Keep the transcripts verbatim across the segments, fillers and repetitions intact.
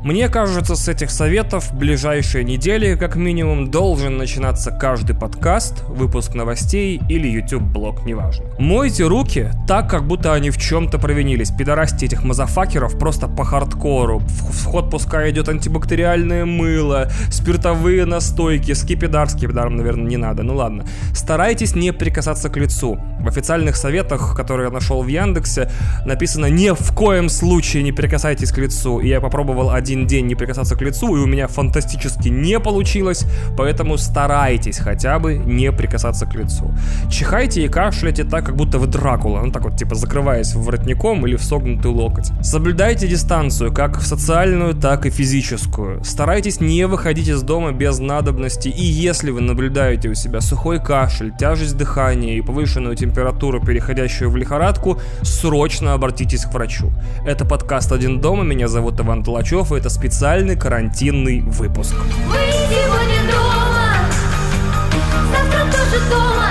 Мне кажется, с этих советов в ближайшие недели, как минимум, должен начинаться каждый подкаст, выпуск новостей или YouTube-блог, неважно. Мойте руки так, как будто они в чем-то провинились. Пидорасьте этих мазафакеров просто по хардкору. В ход пускай идет антибактериальное мыло, спиртовые настойки, скипидар. Скипидаром, наверное, не надо, ну ладно. Старайтесь не прикасаться к лицу. В официальных советах, которые я нашел в Яндексе, написано: ни в коем случае не прикасайтесь к лицу. И я попробовал один день не прикасаться к лицу, и у меня фантастически не получилось, поэтому старайтесь хотя бы не прикасаться к лицу. Чихайте и кашляйте так, как будто вы Дракула, ну так вот, типа закрываясь воротником или в согнутый локоть. Соблюдайте дистанцию, как социальную, так и физическую. Старайтесь не выходить из дома без надобности, и если вы наблюдаете у себя сухой кашель, тяжесть дыхания и повышенную температуру, переходящую в лихорадку, срочно обратитесь к врачу. Это подкаст «Один дома», меня зовут Иван Толачев, и это специальный карантинный выпуск. Мы сегодня дома, завтра тоже дома.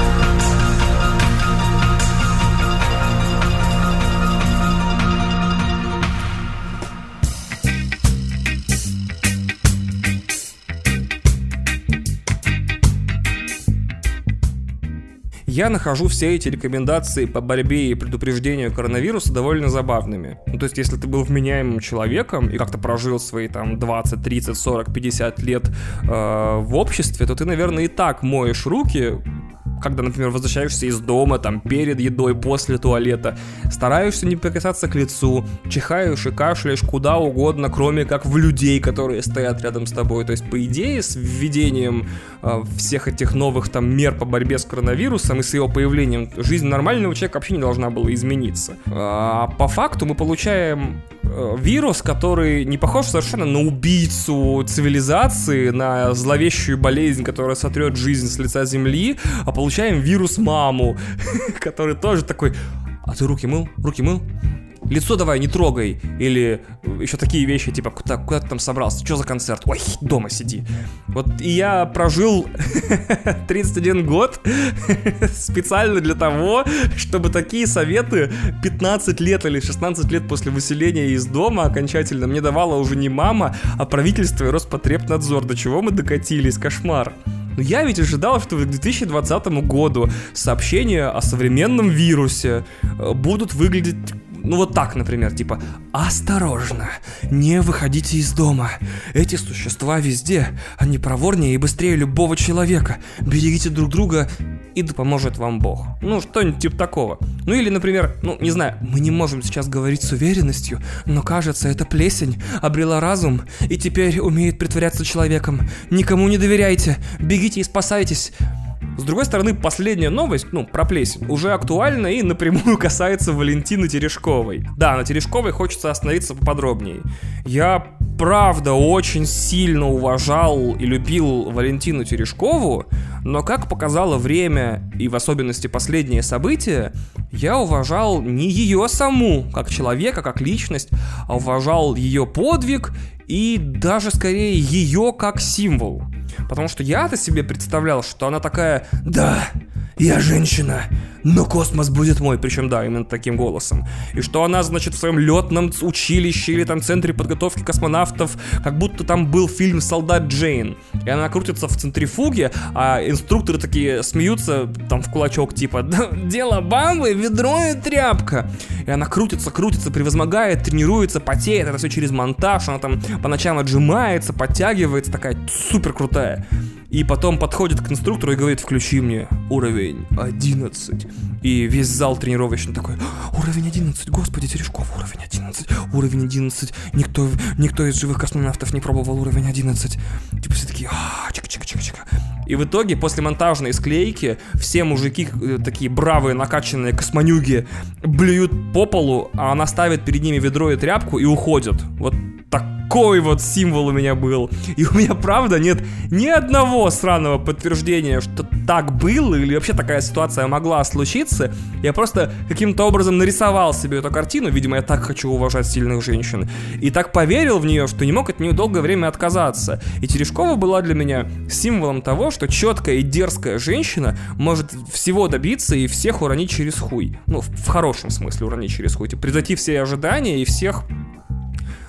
Я нахожу все эти рекомендации по борьбе и предупреждению коронавируса довольно забавными. Ну, то есть, если ты был вменяемым человеком и как-то прожил свои там двадцать, тридцать, сорок, пятьдесят лет э, в обществе, то ты, наверное, и так моешь руки, когда, например, возвращаешься из дома, там, перед едой, после туалета, стараешься не прикасаться к лицу, чихаешь и кашляешь куда угодно, кроме как в людей, которые стоят рядом с тобой. То есть, по идее, с введением э, всех этих новых там мер по борьбе с коронавирусом и с его появлением, жизнь нормального человека вообще не должна была измениться. А по факту мы получаем э, вирус, который не похож совершенно на убийцу цивилизации, на зловещую болезнь, которая сотрет жизнь с лица земли, а получаем вирус-маму, который тоже такой: а ты руки мыл? Руки мыл? Лицо давай не трогай. Или еще такие вещи, типа: куда, куда ты там собрался? Что за концерт? Ой, дома сиди. Вот и я прожил тридцать один год специально для того, чтобы такие советы пятнадцать лет или шестнадцать лет после выселения из дома окончательно мне давала уже не мама, а правительство и Роспотребнадзор. До чего мы докатились? Кошмар. Но я ведь ожидал, что к две тысячи двадцатому году сообщения о современном вирусе будут выглядеть, ну вот так, например, типа: осторожно, не выходите из дома. Эти существа везде, они проворнее и быстрее любого человека. Берегите друг друга, и да поможет вам Бог. Ну, что-нибудь типа такого. Ну или, например, ну, не знаю, мы не можем сейчас говорить с уверенностью, но кажется, эта плесень обрела разум и теперь умеет притворяться человеком. Никому не доверяйте, бегите и спасайтесь. С другой стороны, последняя новость, ну, про плесень, уже актуальна и напрямую касается Валентины Терешковой. Да, на Терешковой хочется остановиться поподробнее. Я, правда, очень сильно уважал и любил Валентину Терешкову, но, как показало время и в особенности последние события, я уважал не ее саму, как человека, как личность, а уважал ее подвиг и даже скорее ее как символ. Потому что я-то себе представлял, что она такая: да, я женщина, но космос будет мой. Причем, да, именно таким голосом. И что она, значит, в своем летном училище или там центре подготовки космонавтов, как будто там был фильм «Солдат Джейн». И она крутится в центрифуге, а инструкторы такие смеются там в кулачок, типа: дело бабы, ведро и тряпка. И она крутится, крутится, превозмогает, тренируется, потеет. Это все через монтаж. Она там по ночам отжимается, подтягивается, такая супер крутая. И потом подходит к инструктору и говорит: включи мне уровень одиннадцать. И весь зал тренировочный такой: уровень одиннадцать, господи, Терешков, уровень одиннадцать, уровень одиннадцать. Никто, никто из живых космонавтов не пробовал уровень одиннадцать. Типа все такие: а, чика-чика-чика-чика. И в итоге, после монтажной склейки, все мужики, такие бравые, накачанные космонюги, блюют по полу, а она ставит перед ними ведро и тряпку и уходит. Вот такой вот символ у меня был. И у меня, правда, нет ни одного сраного подтверждения, что так было или вообще такая ситуация могла случиться. Я просто каким-то образом нарисовал себе эту картину. Видимо, я так хочу уважать сильных женщин. И так поверил в нее, что не мог от нее долгое время отказаться. И Терешкова была для меня символом того, что четкая и дерзкая женщина может всего добиться и всех уронить через хуй. Ну, в, в хорошем смысле уронить через хуй. Типа, превзойти все ожидания и всех...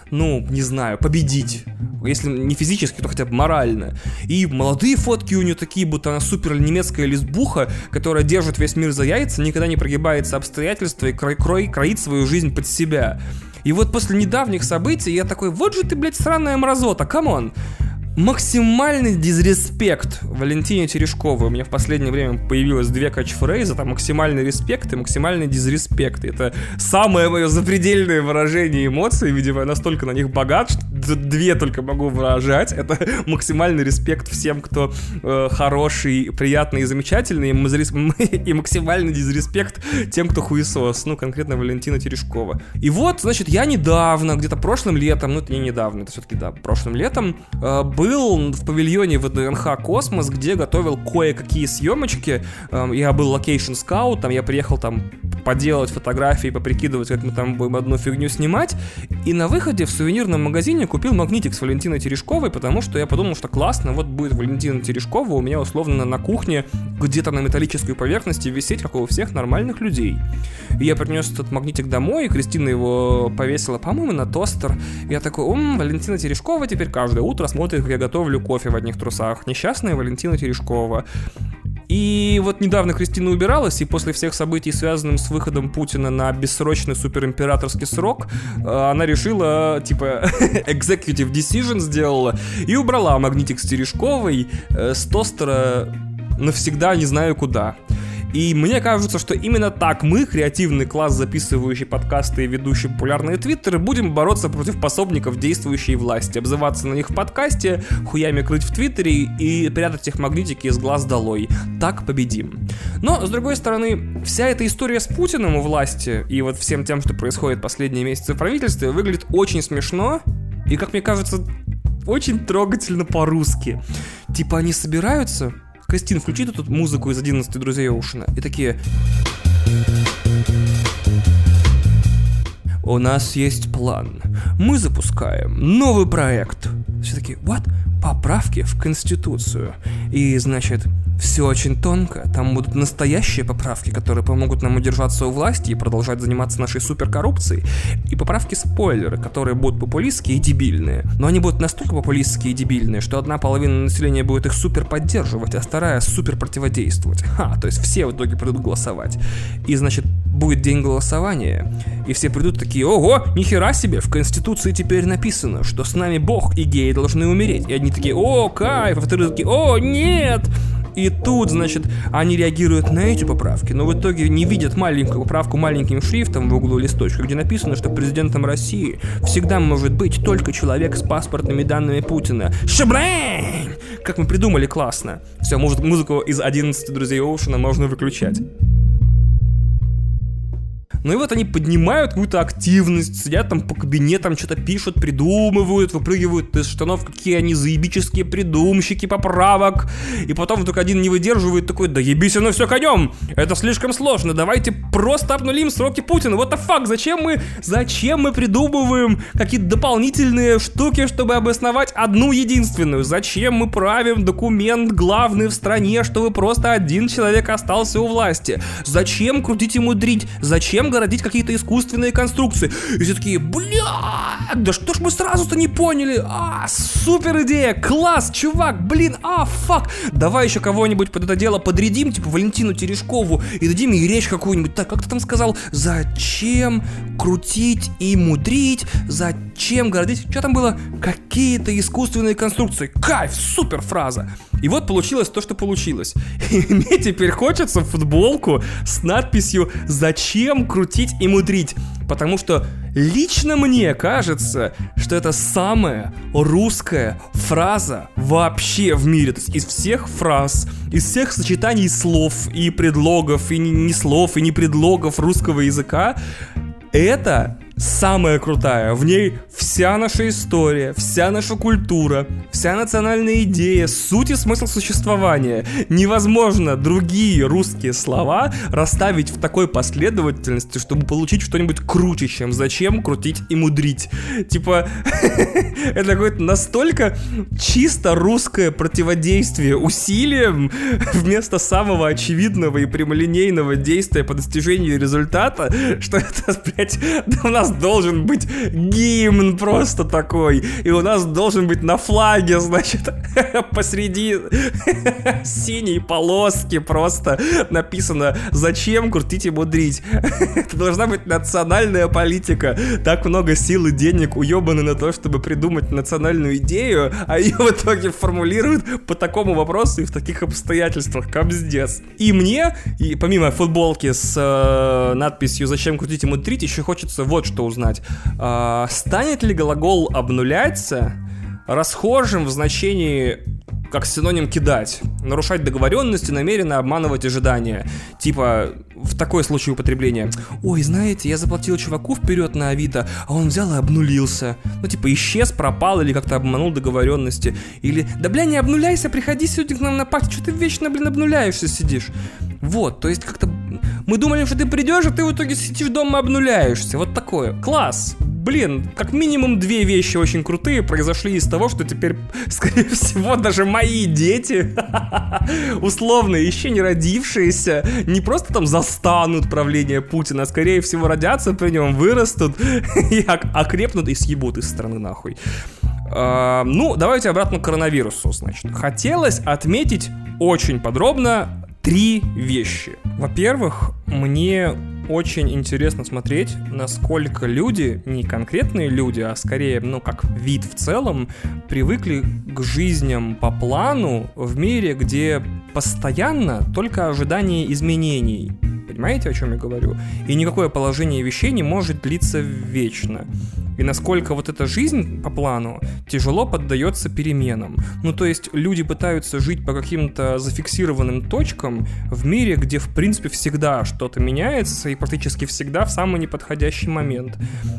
ну, не знаю, победить. Если не физически, то хотя бы морально. И молодые фотки у нее такие, будто она супер немецкая лесбуха, которая держит весь мир за яйца, никогда не прогибается обстоятельства и крой, крой, кроит свою жизнь под себя. И вот после недавних событий я такой, вот же ты, блядь, сраная мразота, камон. Максимальный дизреспект Валентине Терешковой. У меня в последнее время появилось две катчфрейзы, там максимальный респект и максимальный дизреспект. Это самое мое запредельное выражение эмоций, видимо, я настолько на них богат, что две только могу выражать. Это максимальный респект всем, кто э, хороший, приятный и замечательный, и максимальный дизреспект тем, кто хуесос. Ну, конкретно Валентина Терешкова. И вот, значит, я недавно, где-то прошлым летом, ну, это не недавно, это все-таки, да, прошлым летом, э, был в павильоне ВДНХ «Космос», где готовил кое-какие съемочки. Я был локейшн-скаутом, я приехал там поделать фотографии, поприкидывать, как мы там будем одну фигню снимать. И на выходе в сувенирном магазине купил магнитик с Валентиной Терешковой, потому что я подумал, что классно, вот будет Валентина Терешкова у меня условно на кухне где-то на металлической поверхности висеть, как у всех нормальных людей. И я принес этот магнитик домой, и Кристина его повесила, по-моему, на тостер. Я такой, ум, Валентина Терешкова теперь каждое утро смотрит, как я готовлю кофе в одних трусах. Несчастная Валентина Терешкова. И вот недавно Кристина убиралась, и после всех событий, связанных с выходом Путина на бессрочный суперимператорский срок, она решила, типа, executive decision сделала и убрала магнитик с Терешковой с тостера навсегда не знаю куда. И мне кажется, что именно так мы, креативный класс, записывающий подкасты и ведущий популярные твиттеры, будем бороться против пособников действующей власти, обзываться на них в подкасте, хуями крыть в твиттере и прятать их магнитики из глаз долой. Так победим. Но, с другой стороны, вся эта история с Путиным у власти и вот всем тем, что происходит последние месяцы в правительстве, выглядит очень смешно и, как мне кажется, очень трогательно по-русски. Типа они собираются... Кристин, включи тут музыку из одиннадцати друзей Оушена. И такие... У нас есть план. Мы запускаем новый проект. Все такие, what? Поправки в Конституцию. И, значит, все очень тонко. Там будут настоящие поправки, которые помогут нам удержаться у власти и продолжать заниматься нашей суперкоррупцией. И поправки-спойлеры, которые будут популистские и дебильные. Но они будут настолько популистские и дебильные, что одна половина населения будет их супер поддерживать, а вторая супер противодействовать. Ха, то есть все в итоге придут голосовать. И, значит, будет день голосования, и все придут такие, ого, нихера себе, в Конституции теперь написано, что с нами Бог и геи должны умереть. И одни такие, о, кайф, а вторые такие, о, нет. И тут, значит, они реагируют на эти поправки, но в итоге не видят маленькую поправку маленьким шрифтом в углу листочка, где написано, что президентом России всегда может быть только человек с паспортными данными Путина. Шабрэнь! Как мы придумали, классно. Все, музыку из одиннадцати друзей Оушена можно выключать. Ну и вот они поднимают какую-то активность, сидят там по кабинетам, что-то пишут, придумывают, выпрыгивают из штанов, какие они заебические придумщики поправок. И потом вдруг один не выдерживает, такой, да ебись оно все конем, это слишком сложно, давайте просто обнулим сроки Путина. What the fuck, зачем мы, зачем мы придумываем какие-то дополнительные штуки, чтобы обосновать одну единственную? Зачем мы правим документ главный в стране, чтобы просто один человек остался у власти? Зачем крутить и мудрить? Зачем городить какие-то искусственные конструкции? И все такие, бля, да что ж мы сразу-то не поняли? А, супер идея, класс, чувак, блин, а, фак. Давай еще кого-нибудь под это дело подрядим, типа Валентину Терешкову, и дадим ей речь какую-нибудь. Так, как ты там сказал? Зачем крутить и мудрить? Зачем городить? Что там было? Какие-то искусственные конструкции. Кайф, супер фраза. И вот получилось то, что получилось. И мне теперь хочется футболку с надписью «Зачем крутить и мудрить?». Потому что лично мне кажется, что это самая русская фраза вообще в мире. То есть из всех фраз, из всех сочетаний слов и предлогов, и не слов, и не предлогов русского языка, это самая крутая. В ней вся наша история, вся наша культура, вся национальная идея, суть и смысл существования. Невозможно другие русские слова расставить в такой последовательности, чтобы получить что-нибудь круче, чем «зачем крутить и мудрить». Типа, это какое-то настолько чисто русское противодействие усилиям вместо самого очевидного и прямолинейного действия по достижению результата, что это, блядь, у нас нас должен быть гимн просто такой, и у нас должен быть на флаге, значит, посреди синей полоски просто написано «Зачем крутить и мудрить?». Это должна быть национальная политика. Так много сил и денег уебаны на то, чтобы придумать национальную идею, а ее в итоге формулируют по такому вопросу и в таких обстоятельствах. Капздец. И мне, и помимо футболки с э, надписью «Зачем крутить и мудрить», еще хочется вот что узнать. Э, станет ли глагол «обнуляться» расхожим в значении как синоним «кидать», нарушать договоренности, намеренно обманывать ожидания? Типа, в такой случай употребления: «Ой, знаете, я заплатил чуваку вперед на Авито, а он взял и обнулился». Ну, типа, исчез, пропал или как-то обманул договоренности. Или: «Да, бля, не обнуляйся, приходи сегодня к нам на пакт, что ты вечно, блин, обнуляешься сидишь». Вот, то есть как-то мы думали, что ты придешь, а ты в итоге сидишь дома и обнуляешься. Вот такое. Класс. Блин, как минимум две вещи очень крутые произошли из того, что теперь, скорее всего, даже мои дети, условно, еще не родившиеся, не просто там застанут правление Путина, а скорее всего родятся при нем, вырастут и окрепнут и съебут из страны нахуй. Uh, ну, давайте обратно к коронавирусу, значит. Хотелось отметить очень подробно три вещи. Во-первых, мне очень интересно смотреть, насколько люди, не конкретные люди, а скорее, ну, как вид в целом, привыкли к жизням по плану в мире, где постоянно только ожидание изменений. Понимаете, о чем я говорю? И никакое положение вещей не может длиться вечно. И насколько вот эта жизнь по плану тяжело поддается переменам. Ну, то есть люди пытаются жить по каким-то зафиксированным точкам в мире, где, в принципе, всегда что-то меняется и практически всегда в самый неподходящий момент.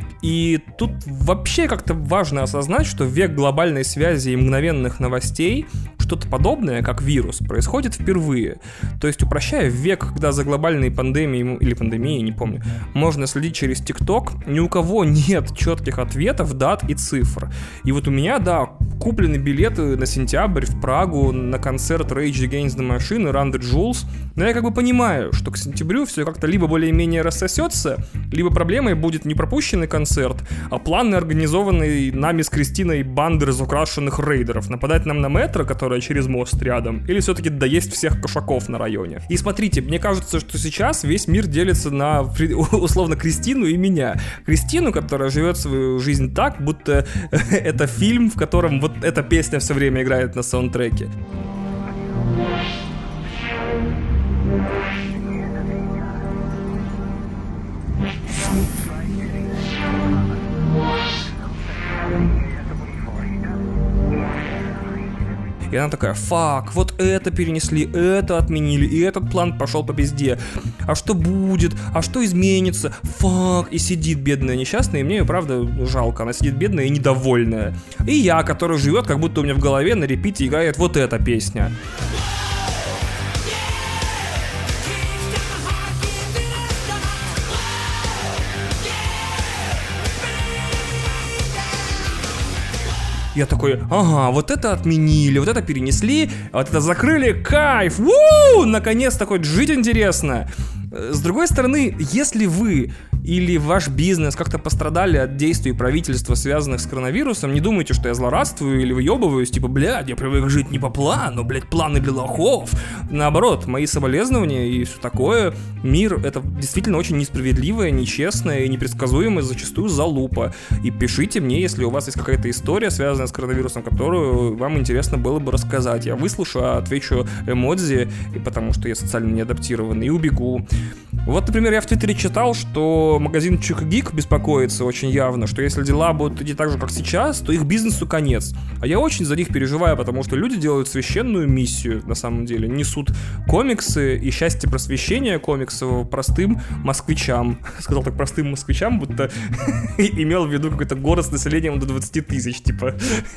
И тут вообще как-то важно осознать, что в век глобальной связи и мгновенных новостей что-то подобное, как вирус, происходит впервые. То есть, упрощая, в век, когда за глобальной пандемией или пандемией, не помню, можно следить через ТикТок, ни у кого нет четких ответов, дат и цифр. И вот у меня, да, куплены билеты на сентябрь в Прагу на концерт Rage Against the Machine и Run the Jewels, но я как бы понимаю, что к сентябрю все как-то либо более-менее рассосется, либо проблемой будет не пропущенный концерт, а планы, организованные нами с Кристиной банды разукрашенных рейдеров, нападать нам на метро, которое через мост рядом, или все-таки доесть всех кошаков на районе. И смотрите, мне кажется, что сейчас весь мир делится на, условно, Кристину и меня. Кристину, которая живет свою жизнь так, будто это фильм, в котором вот эта песня все время играет на саундтреке. И она такая: фак, вот это перенесли, это отменили, и этот план пошел по пизде. А что будет? А что изменится? Фак. И сидит бедная несчастная, и мне ее, правда, жалко. Она сидит бедная и недовольная. И я, который живет, как будто у меня в голове на репите играет вот эта песня. Я такой: ага, вот это отменили, вот это перенесли, вот это закрыли, кайф, уу, наконец-то хоть жить интересно. С другой стороны, если вы или ваш бизнес как-то пострадали от действий правительства, связанных с коронавирусом, не думайте, что я злорадствую или выебываюсь, типа, блядь, я привык жить не по плану, блядь, планы для лохов. Наоборот, мои соболезнования и все такое. Мир — это действительно очень несправедливая, нечестная и непредсказуемая зачастую залупа. И пишите мне, если у вас есть какая-то история, связанная с коронавирусом, которую вам интересно было бы рассказать. Я выслушаю, отвечу эмодзи, потому что я социально неадаптированный, и убегу. Вот, например, я в Твиттере читал, что магазин Чик Гик беспокоится очень явно, что если дела будут идти так же, как сейчас, то их бизнесу конец. А я очень за них переживаю, потому что люди делают священную миссию, на самом деле. Несут комиксы и счастье просвещения комиксов простым москвичам. Сказал так простым москвичам, будто имел в виду какой-то город с населением до двадцати тысяч, типа.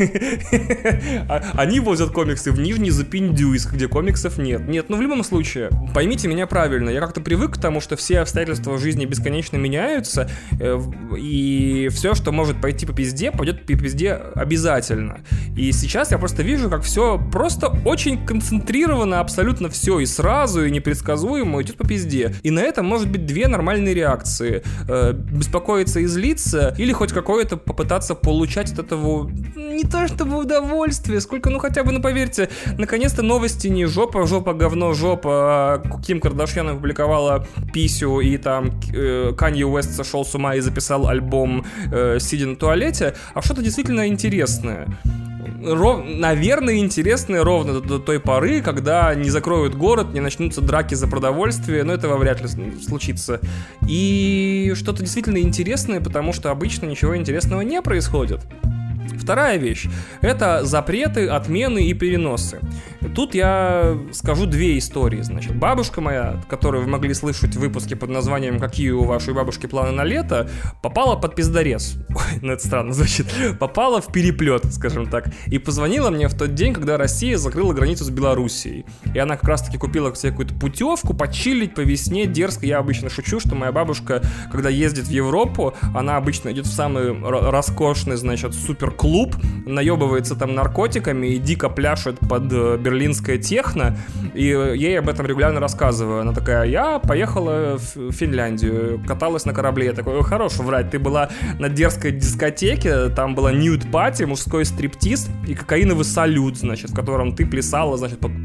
Они возят комиксы в Нижний Запиндюйск, где комиксов нет. Нет, ну в любом случае, поймите меня правильно, я как-то привык к тому, что все обстоятельства в жизни бесконечно меняются, и все, что может пойти по пизде, пойдет по пизде обязательно. И сейчас я просто вижу, как все просто очень концентрировано, абсолютно все и сразу, и непредсказуемо идет по пизде. И на это может быть две нормальные реакции. Беспокоиться и злиться, или хоть какое-то попытаться получать от этого не то чтобы удовольствие, сколько, ну хотя бы, ну поверьте, наконец-то новости не жопа, жопа, говно, жопа, а Ким Кардашьян опубликовала писю, и там э, Канье Уэст сошел с ума и записал альбом э, «Сидя на туалете», а что-то действительно интересное. Ров... Наверное, интересное ровно до, до той поры, когда не закроют город, не начнутся драки за продовольствие, но этого вряд ли случится. И что-то действительно интересное, потому что обычно ничего интересного не происходит. Вторая вещь – это запреты, отмены и переносы. Тут я скажу две истории. Значит, бабушка моя, которую вы могли слышать в выпуске под названием «Какие у вашей бабушки планы на лето», попала под пиздорез. Ой, ну это странно звучит. Попала в переплет, скажем так. И позвонила мне в тот день, когда Россия закрыла границу с Белоруссией. И она как раз-таки купила себе какую-то путевку, почилить по весне дерзко. Я обычно шучу, что моя бабушка, когда ездит в Европу, она обычно идет в самый роскошный, значит, суперклуб, наебывается там наркотиками и дико пляшет под берлинское техно, и ей об этом регулярно рассказываю. Она такая: я поехала в Финляндию, каталась на корабле. Я такой: хорош врать, ты была на дерзкой дискотеке, там была нюд-пати, мужской стриптиз и кокаиновый салют, значит, в котором ты плясала, значит, под...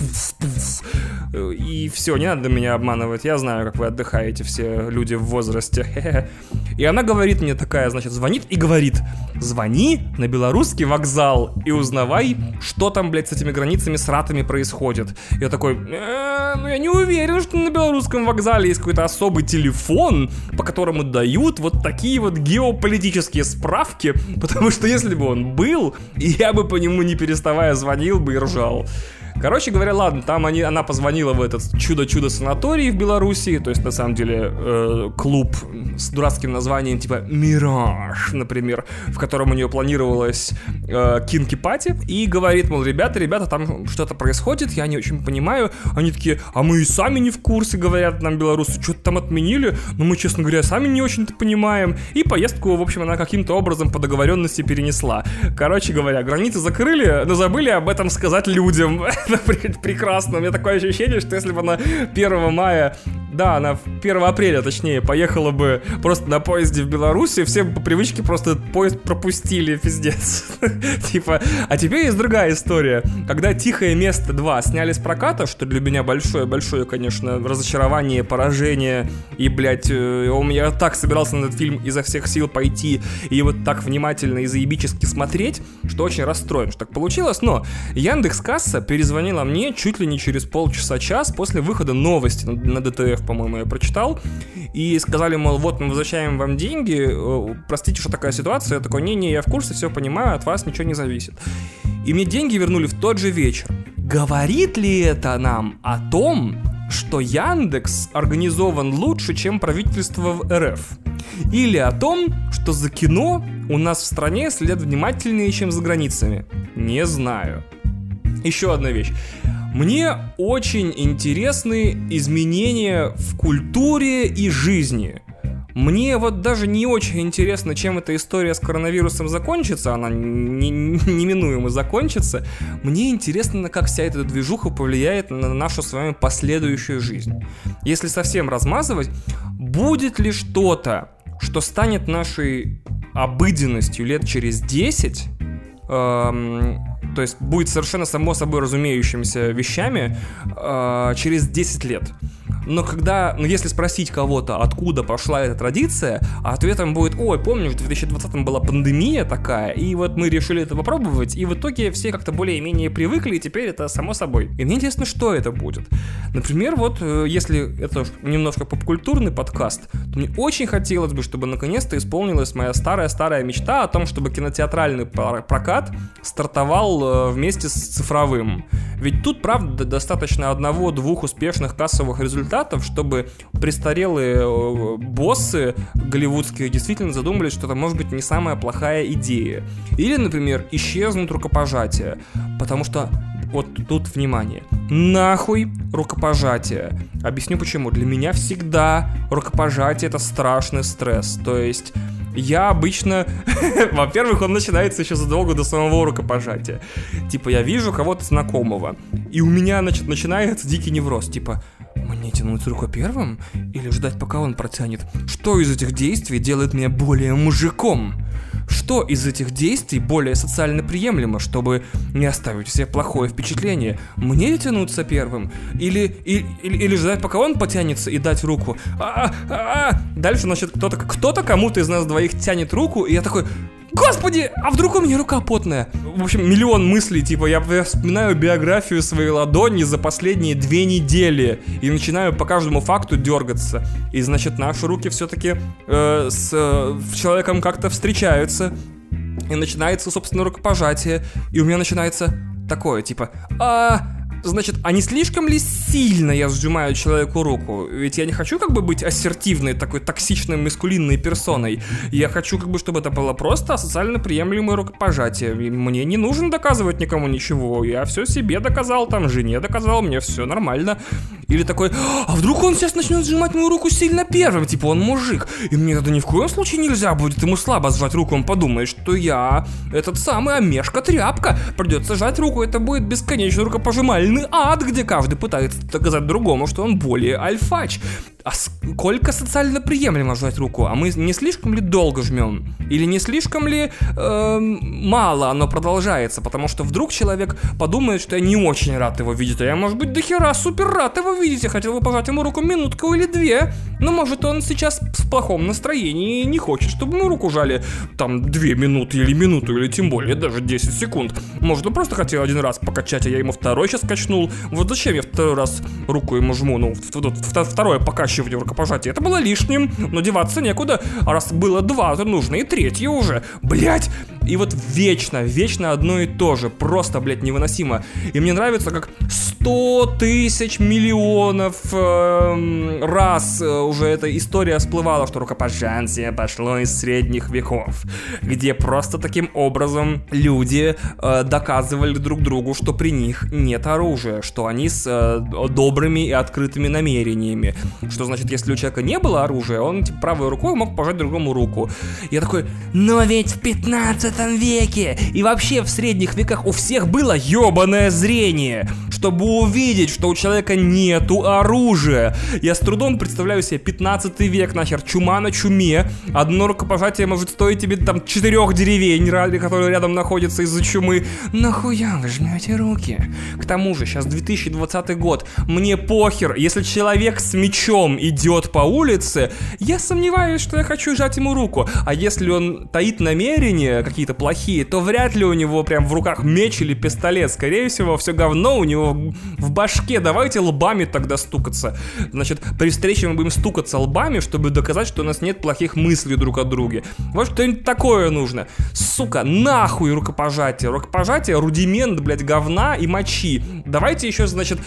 И все, не надо меня обманывать, я знаю, как вы отдыхаете все люди в возрасте. И она говорит мне такая, значит, звонит и говорит: звони на белорусский вокзал и узнавай, что там, блядь, с этими границами с ратами происходит. Я такой: э, ну я не уверен, что на белорусском вокзале есть какой-то особый телефон, по которому дают вот такие вот геополитические справки, потому что если бы он был, я бы по нему не переставая звонил бы и ржал. Короче говоря, ладно, там они, она позвонила в этот чудо-чудо-санаторий в Белоруссии, то есть, на самом деле, э, клуб с дурацким названием типа «Мираж», например, в котором у нее планировалась э, кинки-пати, и говорит, мол, ребята, ребята, там что-то происходит, я не очень понимаю. Они такие: а мы и сами не в курсе, говорят нам белорусы, что-то там отменили, но мы, честно говоря, сами не очень-то понимаем. И поездку, в общем, она каким-то образом по договоренности перенесла. Короче говоря, границы закрыли, но забыли об этом сказать людям. Прекрасно. У меня такое ощущение, что если бы она первого мая, да, она первого апреля, точнее, поехала бы просто на поезде в Беларуси, все по привычке просто поезд пропустили, пиздец. Типа, а теперь есть другая история. Когда «Тихое место два» сняли с проката, что для меня большое-большое, конечно, разочарование, поражение, и, блядь, у меня так собирался на этот фильм изо всех сил пойти и вот так внимательно и заебически смотреть, что очень расстроен, что так получилось, но Яндекс.Касса перезвонила звонила мне чуть ли не через полчаса-час после выхода новости на, на ДТФ, по-моему, я прочитал, и сказали, мол, вот мы возвращаем вам деньги, простите, что такая ситуация. Я такой: не-не, я в курсе, все понимаю, от вас ничего не зависит. И мне деньги вернули в тот же вечер. Говорит ли это нам о том, что Яндекс организован лучше, чем правительство в РФ? Или о том, что за кино у нас в стране следят внимательнее, чем за границами? Не знаю. Еще одна вещь. Мне очень интересны изменения в культуре и жизни. Мне вот даже не очень интересно, чем эта история с коронавирусом закончится. Она не, неминуемо закончится. Мне интересно, как вся эта движуха повлияет на нашу с вами последующую жизнь. Если совсем размазывать, будет ли что-то, что станет нашей обыденностью лет через десять, эм, то есть будет совершенно само собой разумеющимися вещами э, через десять лет. Но когда, ну если спросить кого-то, откуда пошла эта традиция, ответом будет: ой, помнишь, в две тысячи двадцатом была пандемия такая, и вот мы решили это попробовать, и в итоге все как-то более-менее привыкли, и теперь это само собой. И мне интересно, что это будет. Например, вот, если это немножко попкультурный подкаст, то мне очень хотелось бы, чтобы наконец-то исполнилась моя старая-старая мечта о том, чтобы кинотеатральный прокат стартовал вместе с цифровым. Ведь тут, правда, достаточно одного-двух успешных кассовых результатов, чтобы престарелые боссы голливудские действительно задумались, что это может быть не самая плохая идея. Или, например, исчезнут рукопожатия. Потому что, вот тут внимание, нахуй рукопожатие. Объясню почему. Для меня всегда рукопожатие — это страшный стресс. То есть я обычно... Во-первых, он начинается еще задолго до самого рукопожатия. Типа, я вижу кого-то знакомого, и у меня, значит, начинается дикий невроз. Типа, мне тянуть руку первым? Или ждать, пока он протянет? Что из этих действий делает меня более мужиком? Что из этих действий более социально приемлемо, чтобы не оставить себе плохое впечатление? Мне ли тянуться первым? Или, или, или, или ждать, пока он потянется, и дать руку? А-а-а-а! Дальше, значит, кто-то, кто-то кому-то из нас двоих тянет руку, и я такой... Господи, а вдруг у меня рука потная? В общем, миллион мыслей, типа, я вспоминаю биографию своей ладони за последние две недели и начинаю по каждому факту дергаться. И, значит, наши руки все-таки э, с э, человеком как-то встречаются. И начинается, собственно, рукопожатие. И у меня начинается такое, типа, а... Значит, а не слишком ли сильно я сжимаю человеку руку? Ведь я не хочу как бы быть ассертивной, такой токсичной, маскулинной персоной. Я хочу как бы, чтобы это было просто социально приемлемое рукопожатие. И мне не нужно доказывать никому ничего. Я все себе доказал, там, жене доказал, мне все нормально. Или такой, а вдруг он сейчас начнет сжимать мою руку сильно первым, типа он мужик. И мне тогда ни в коем случае нельзя будет ему слабо сжать руку. Он подумает, что я этот самый омешка-тряпка. Придется сжать руку, это будет бесконечный рукопожимальный ад, где каждый пытается доказать другому, что он более альфач. А сколько социально приемлемо сжать руку? А мы не слишком ли долго жмем? Или не слишком ли э, мало оно продолжается? Потому что вдруг человек подумает, что я не очень рад его видеть, а я, может быть, дохера супер рад его видеть. Я хотел бы пожать ему руку минутку или две. Но, может, он сейчас в плохом настроении и не хочет, чтобы мы руку жали там две минуты или минуту, или тем более даже десять секунд. Может, он просто хотел один раз покачать, а я ему второй сейчас качнул. Вот зачем я второй раз руку ему жму? Ну, второе покачивание в рукопожатии. Это было лишним, но деваться некуда. А раз было два, то нужно и третье уже. Блять! И вот вечно, вечно одно и то же. Просто, блядь, невыносимо. И мне нравится, как сто тысяч миллионов э, раз э, уже эта история всплывала, что рукопожатие пошло из средних веков, где просто таким образом люди э, доказывали друг другу, что при них нет оружия, что они с э, добрыми и открытыми намерениями. Что значит, если у человека не было оружия, он типа, правой рукой мог пожать другому руку. Я такой, но ведь в пятнадцатом веке и вообще в средних веках у всех было ебаное зрение, чтобы увидеть, что у человека нету оружия. Я с трудом представляю себе пятнадцатый век, нахер, чума на чуме. Одно рукопожатие может стоить тебе там четырех деревень, которые рядом находятся из-за чумы. Нахуя вы жмете руки? К тому же, сейчас две тысячи двадцатый год, мне похер, если человек с мечом идет по улице, я сомневаюсь, что я хочу сжать ему руку. А если он таит намерения какие-то плохие, то вряд ли у него прям в руках меч или пистолет. Скорее всего, все говно у него в башке. Давайте лбами тогда стукаться. Значит, при встрече мы будем стукаться лбами, чтобы доказать, что у нас нет плохих мыслей друг о друге. Вот что-нибудь такое нужно. Сука, нахуй рукопожатие. Рукопожатие — рудимент, блядь, говна и мочи. Давайте еще, значит...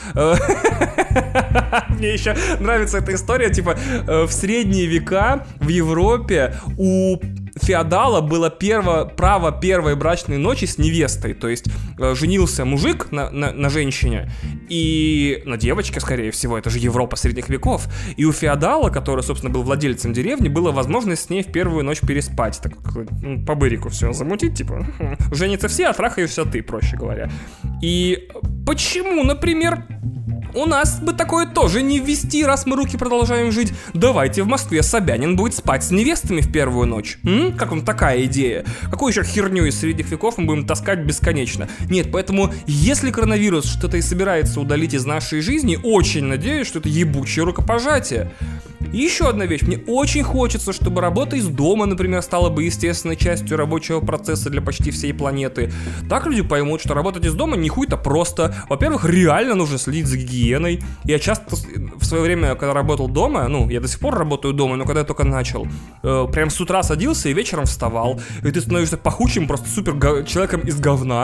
Мне еще нравится эта история, типа, в средние века в Европе у феодала было перво, право первой брачной ночи с невестой. То есть э, женился мужик на, на, на женщине и на девочке, скорее всего, это же Европа средних веков. И у феодала, который, собственно, был владельцем деревни, была возможность с ней в первую ночь переспать. Так, ну, по бырику все замутить, типа. Женятся все, а трахаешься ты, проще говоря. И почему, например... У нас бы такое тоже не ввести, раз мы руки продолжаем жить. Давайте в Москве Собянин будет спать с невестами в первую ночь. М? Как вам такая идея? Какую еще херню из средних веков мы будем таскать бесконечно? Нет, поэтому, если коронавирус что-то и собирается удалить из нашей жизни, очень надеюсь, что это ебучее рукопожатие. И еще одна вещь. Мне очень хочется, чтобы работа из дома, например, стала бы естественной частью рабочего процесса для почти всей планеты. Так люди поймут, что работать из дома нихуй-то просто. Во-первых, реально нужно следить за гигиеной. Я часто в свое время, когда работал дома, ну, я до сих пор работаю дома, но когда я только начал, э, прям с утра садился и вечером вставал. И ты становишься пахучим, просто супер го- человеком из говна.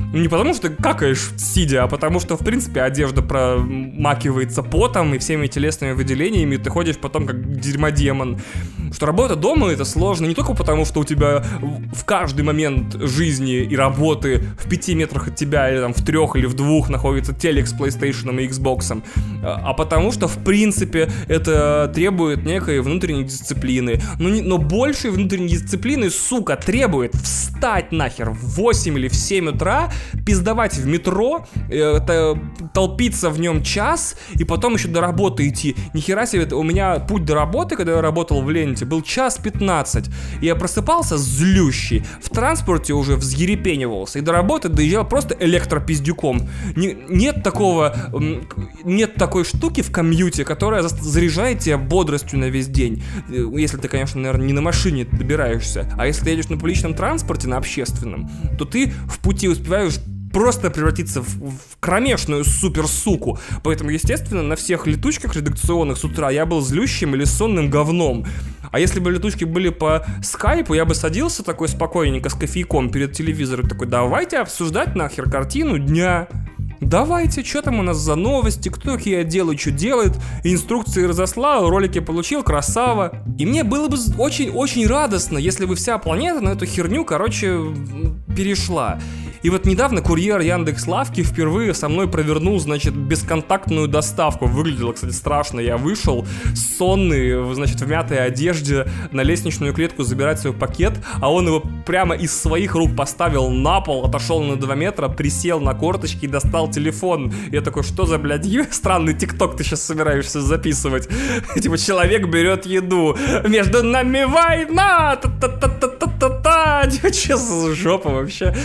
Не потому что ты какаешь сидя, а потому что, в принципе, одежда промакивается потом и всеми телесными выделениями, и ты ходишь потом как дерьмодемон. Что работа дома — это сложно не только потому, что у тебя в каждый момент жизни и работы в пяти метрах от тебя, или там в трех, или в двух находится телек с PlayStation и Xbox, а потому что, в принципе, это требует некой внутренней дисциплины. Но, не, но большей внутренней дисциплины, сука, требует встать нахер в восемь или в семь утра, пиздовать в метро, э, толпиться в нем час, и потом еще до работы идти. Нихера себе, у меня путь до работы, когда я работал в ленте, был час пятнадцать. И я просыпался злющий, в транспорте уже взъерепенивался, и до работы доезжал просто электропиздюком. Не, нет такого, нет такой штуки в комьюте, которая заряжает тебя бодростью на весь день. Если ты, конечно, наверное, не на машине добираешься, а если ты едешь на публичном транспорте, на общественном, то ты в пути успеваешь просто превратиться в, в кромешную суперсуку. Поэтому, естественно, на всех летучках редакционных с утра я был злющим или сонным говном. А если бы летучки были по скайпу, я бы садился такой спокойненько с кофейком перед телевизором, такой: давайте обсуждать нахер картину дня. Давайте, что там у нас за новости, кто какие отделы что делает, инструкции разослал, ролики получил, красава. И мне было бы очень-очень радостно, если бы вся планета на эту херню, короче, перешла. И вот недавно курьер Яндекс.Лавки впервые со мной провернул, значит, бесконтактную доставку. Выглядело, кстати, страшно. Я вышел сонный, значит, в мятой одежде на лестничную клетку забирать свой пакет, а он его прямо из своих рук поставил на пол, отошел на два метра, присел на корточки и достал телефон. Я такой: что за, блядь, странный тикток ты сейчас собираешься записывать? Типа, человек берет еду, между нами война, та-та-та-та-та-та. Че за жопа вообще?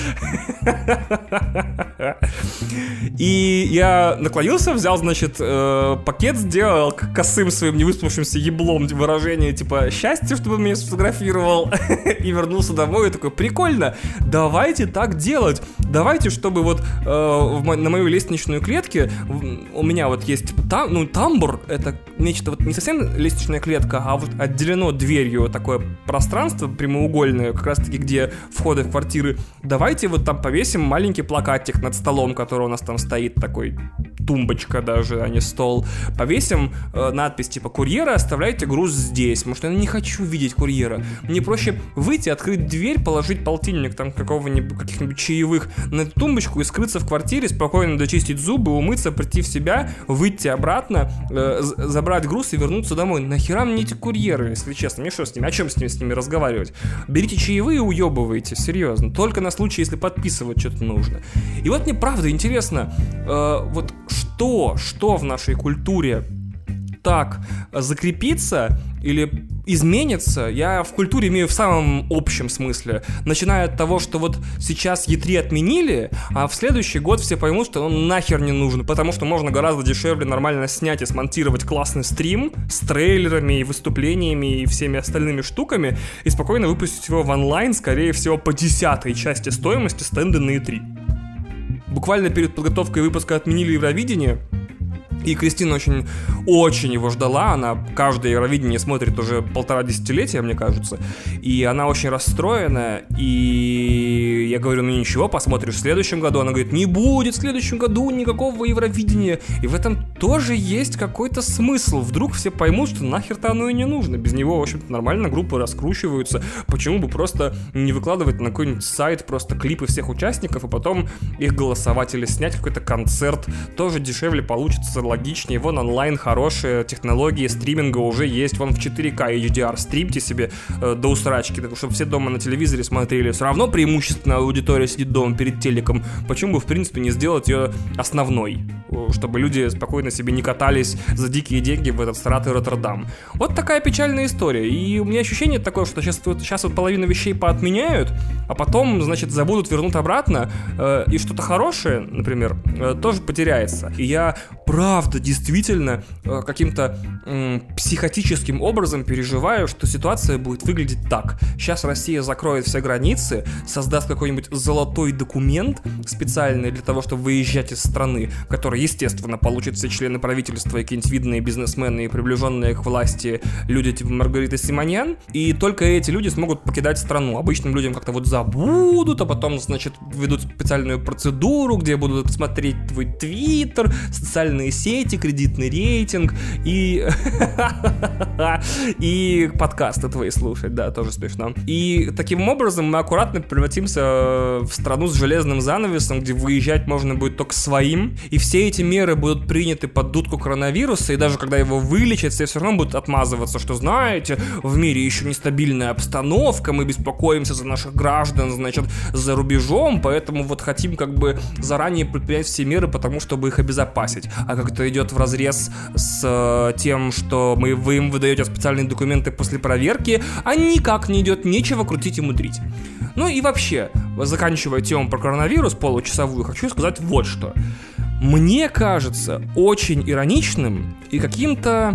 И я наклонился, взял, значит, э, пакет, сделал косым своим невыспавшимся еблом выражение типа «счастье, чтобы меня сфотографировал», и вернулся домой и такой: прикольно, давайте так делать, давайте, чтобы вот э, в мо- на моей лестничной клетке в, у меня вот есть там, ну, тамбур, это нечто вот не совсем лестничная клетка, а вот отделено дверью такое пространство прямоугольное, как раз таки где входы в квартиры. Давайте вот там повесим маленький плакатик над столом, который у нас там стоит, такой тумбочка даже, а не стол. Повесим э, надпись типа «Курьера, оставляйте груз здесь». Потому что я не хочу видеть курьера. Мне проще выйти, открыть дверь, положить полтинник там какого-нибудь, каких-нибудь чаевых на эту тумбочку и скрыться в квартире, спокойно дочистить зубы, умыться, прийти в себя, выйти обратно, э, забрать груз и вернуться домой. Нахера мне эти курьеры, если честно? Мне что с ними? О чем с ними, с ними разговаривать? Берите чаевые и уебывайте, серьезно. Только на случай, если подписывать что-то нужно. И вот мне правда интересно, э, вот что, что в нашей культуре так закрепится или изменится, я в культуре имею в самом общем смысле. Начиная от того, что вот сейчас и три отменили, а в следующий год все поймут, что он нахер не нужен, потому что можно гораздо дешевле нормально снять и смонтировать классный стрим с трейлерами и выступлениями и всеми остальными штуками и спокойно выпустить его в онлайн, скорее всего, по десятой части стоимости стенда на и три. Буквально перед подготовкой выпуска отменили Евровидение, и Кристина очень, очень его ждала. Она каждое Евровидение смотрит уже полтора десятилетия, мне кажется. И она очень расстроена. И я говорю: ну ничего, посмотришь в следующем году. Она говорит: не будет в следующем году никакого Евровидения. И в этом тоже есть какой-то смысл. Вдруг все поймут, что нахер-то оно и не нужно. Без него, в общем-то, нормально группы раскручиваются. Почему бы просто не выкладывать на какой-нибудь сайт просто клипы всех участников, и потом их голосовать или снять какой-то концерт. Тоже дешевле получится, логичнее. Вон онлайн хорошие технологии стриминга уже есть. Вон в четыре ка эйч ди ар стримьте себе э, до усрачки, чтобы все дома на телевизоре смотрели. Все равно преимущественно аудитория сидит дома перед телеком. Почему бы, в принципе, не сделать ее основной? Чтобы люди спокойно себе не катались за дикие деньги в этот сратый Роттердам. Вот такая печальная история. И у меня ощущение такое, что сейчас, сейчас вот половину вещей поотменяют, а потом, значит, забудут, вернут обратно, э, и что-то хорошее, например, э, тоже потеряется. И я прав правда, действительно, каким-то м, психотическим образом переживаю, что ситуация будет выглядеть так. Сейчас Россия закроет все границы, создаст какой-нибудь золотой документ специальный для того, чтобы выезжать из страны, который, естественно, получат все члены правительства и какие-нибудь видные бизнесмены и приближенные к власти люди типа Маргариты Симоньян, и только эти люди смогут покидать страну. Обычным людям как-то вот забудут, а потом, значит, ведут специальную процедуру, где будут смотреть твой твиттер, социальные сети, кредитный рейтинг и... и подкасты твои слушать, да, тоже смешно. И таким образом мы аккуратно превратимся в страну с железным занавесом, где выезжать можно будет только своим, и все эти меры будут приняты под дудку коронавируса, и даже когда его вылечат, все все равно будут отмазываться, что, знаете, в мире еще нестабильная обстановка, мы беспокоимся за наших граждан, значит, за рубежом, поэтому вот хотим как бы заранее предпринять все меры, потому чтобы их обезопасить. А как это идет вразрез с э, тем, что мы, вы им выдаете специальные документы после проверки, а никак не идет, нечего крутить и мудрить. Ну и вообще, заканчивая тему про коронавирус получасовую, хочу сказать вот что. Мне кажется очень ироничным и каким-то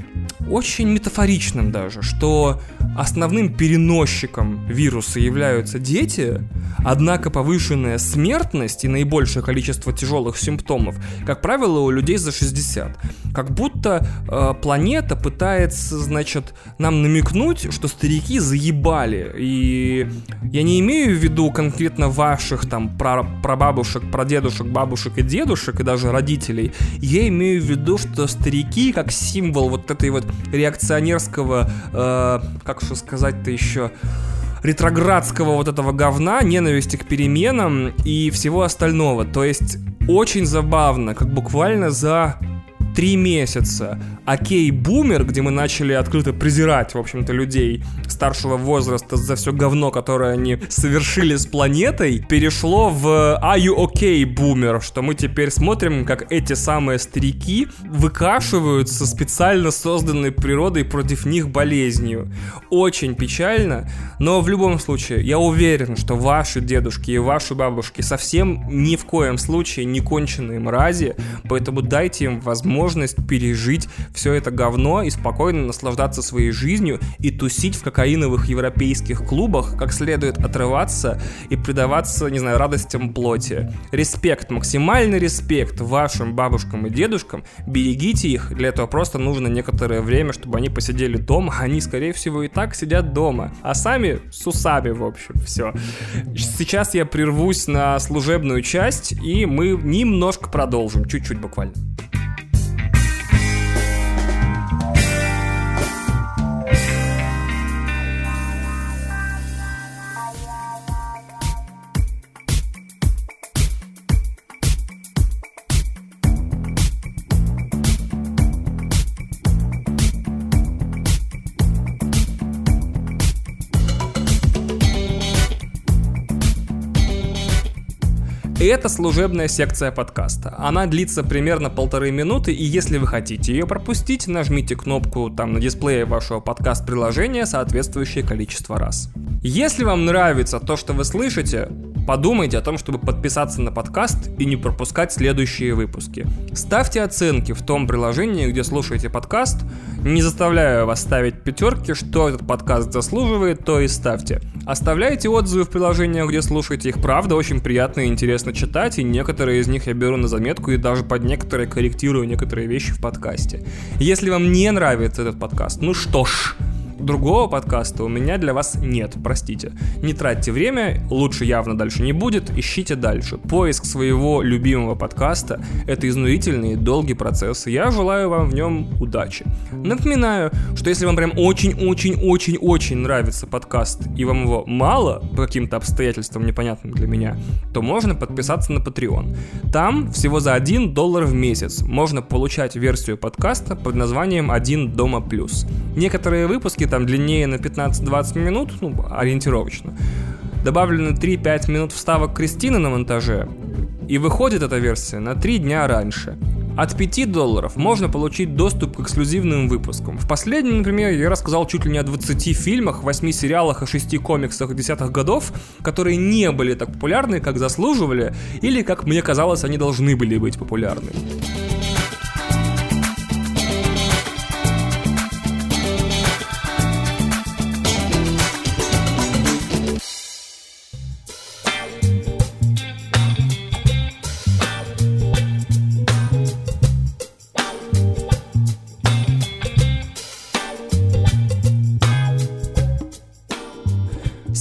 очень метафоричным даже, что основным переносчиком вируса являются дети, однако повышенная смертность и наибольшее количество тяжелых симптомов, как правило, у людей за шестьдесят. Как будто э, планета пытается, значит, нам намекнуть, что старики заебали. И я не имею в виду конкретно ваших там прабабушек, прадедушек, бабушек и дедушек, и даже родителей. Я имею в виду, что старики как символ вот этой вот реакционерского, э, как что сказать-то еще, ретроградского вот этого говна, ненависти к переменам и всего остального. То есть очень забавно, как буквально за три месяца окей-бумер, где мы начали открыто презирать, в общем-то, людей старшего возраста за все говно, которое они совершили с планетой, перешло в «Are you okay, бумер?», что мы теперь смотрим, как эти самые старики выкашиваются специально созданной природой против них болезнью. Очень печально, но в любом случае, я уверен, что ваши дедушки и ваши бабушки совсем ни в коем случае не конченые мрази, поэтому дайте им возможность пережить все это говно и спокойно наслаждаться своей жизнью и тусить в кокаиновых европейских клубах, как следует отрываться и предаваться, не знаю, радостям плоти. Респект, максимальный респект вашим бабушкам и дедушкам, берегите их, для этого просто нужно некоторое время, чтобы они посидели дома, они, скорее всего, и так сидят дома, а сами с усами, в общем, все. Сейчас я прервусь на служебную часть, и мы немножко продолжим, чуть-чуть буквально. И это служебная секция подкаста. Она длится примерно полторы минуты, и если вы хотите ее пропустить, нажмите кнопку там на дисплее вашего подкаст-приложения соответствующее количество раз. Если вам нравится то, что вы слышите, подумайте о том, чтобы подписаться на подкаст и не пропускать следующие выпуски. Ставьте оценки в том приложении, где слушаете подкаст. Не заставляю вас ставить пятерки, что этот подкаст заслуживает, то и ставьте. Оставляйте отзывы в приложениях, где слушаете их, правда, очень приятно и интересно читать, и некоторые из них я беру на заметку и даже под некоторые корректирую некоторые вещи в подкасте. Если вам не нравится этот подкаст, ну что ж, другого подкаста у меня для вас нет, простите. Не тратьте время, лучше явно дальше не будет, ищите дальше. Поиск своего любимого подкаста – это изнурительный и долгий процесс, и я желаю вам в нем удачи. Напоминаю, что если вам прям очень-очень-очень-очень нравится подкаст, и вам его мало, по каким-то обстоятельствам непонятным для меня, то можно подписаться на Patreon. Там всего за один доллар в месяц можно получать версию подкаста под названием «Один дома плюс». Некоторые выпуски там длиннее на пятнадцать-двадцать минут, ну, ориентировочно. Добавлены три-пять минут вставок Кристины на монтаже, и выходит эта версия на три дня раньше. От пяти долларов можно получить доступ к эксклюзивным выпускам. В последнем, например, я рассказал чуть ли не о двадцати фильмах, восьми сериалах и шести комиксах десятых годов, которые не были так популярны, как заслуживали, или, как мне казалось, они должны были быть популярны.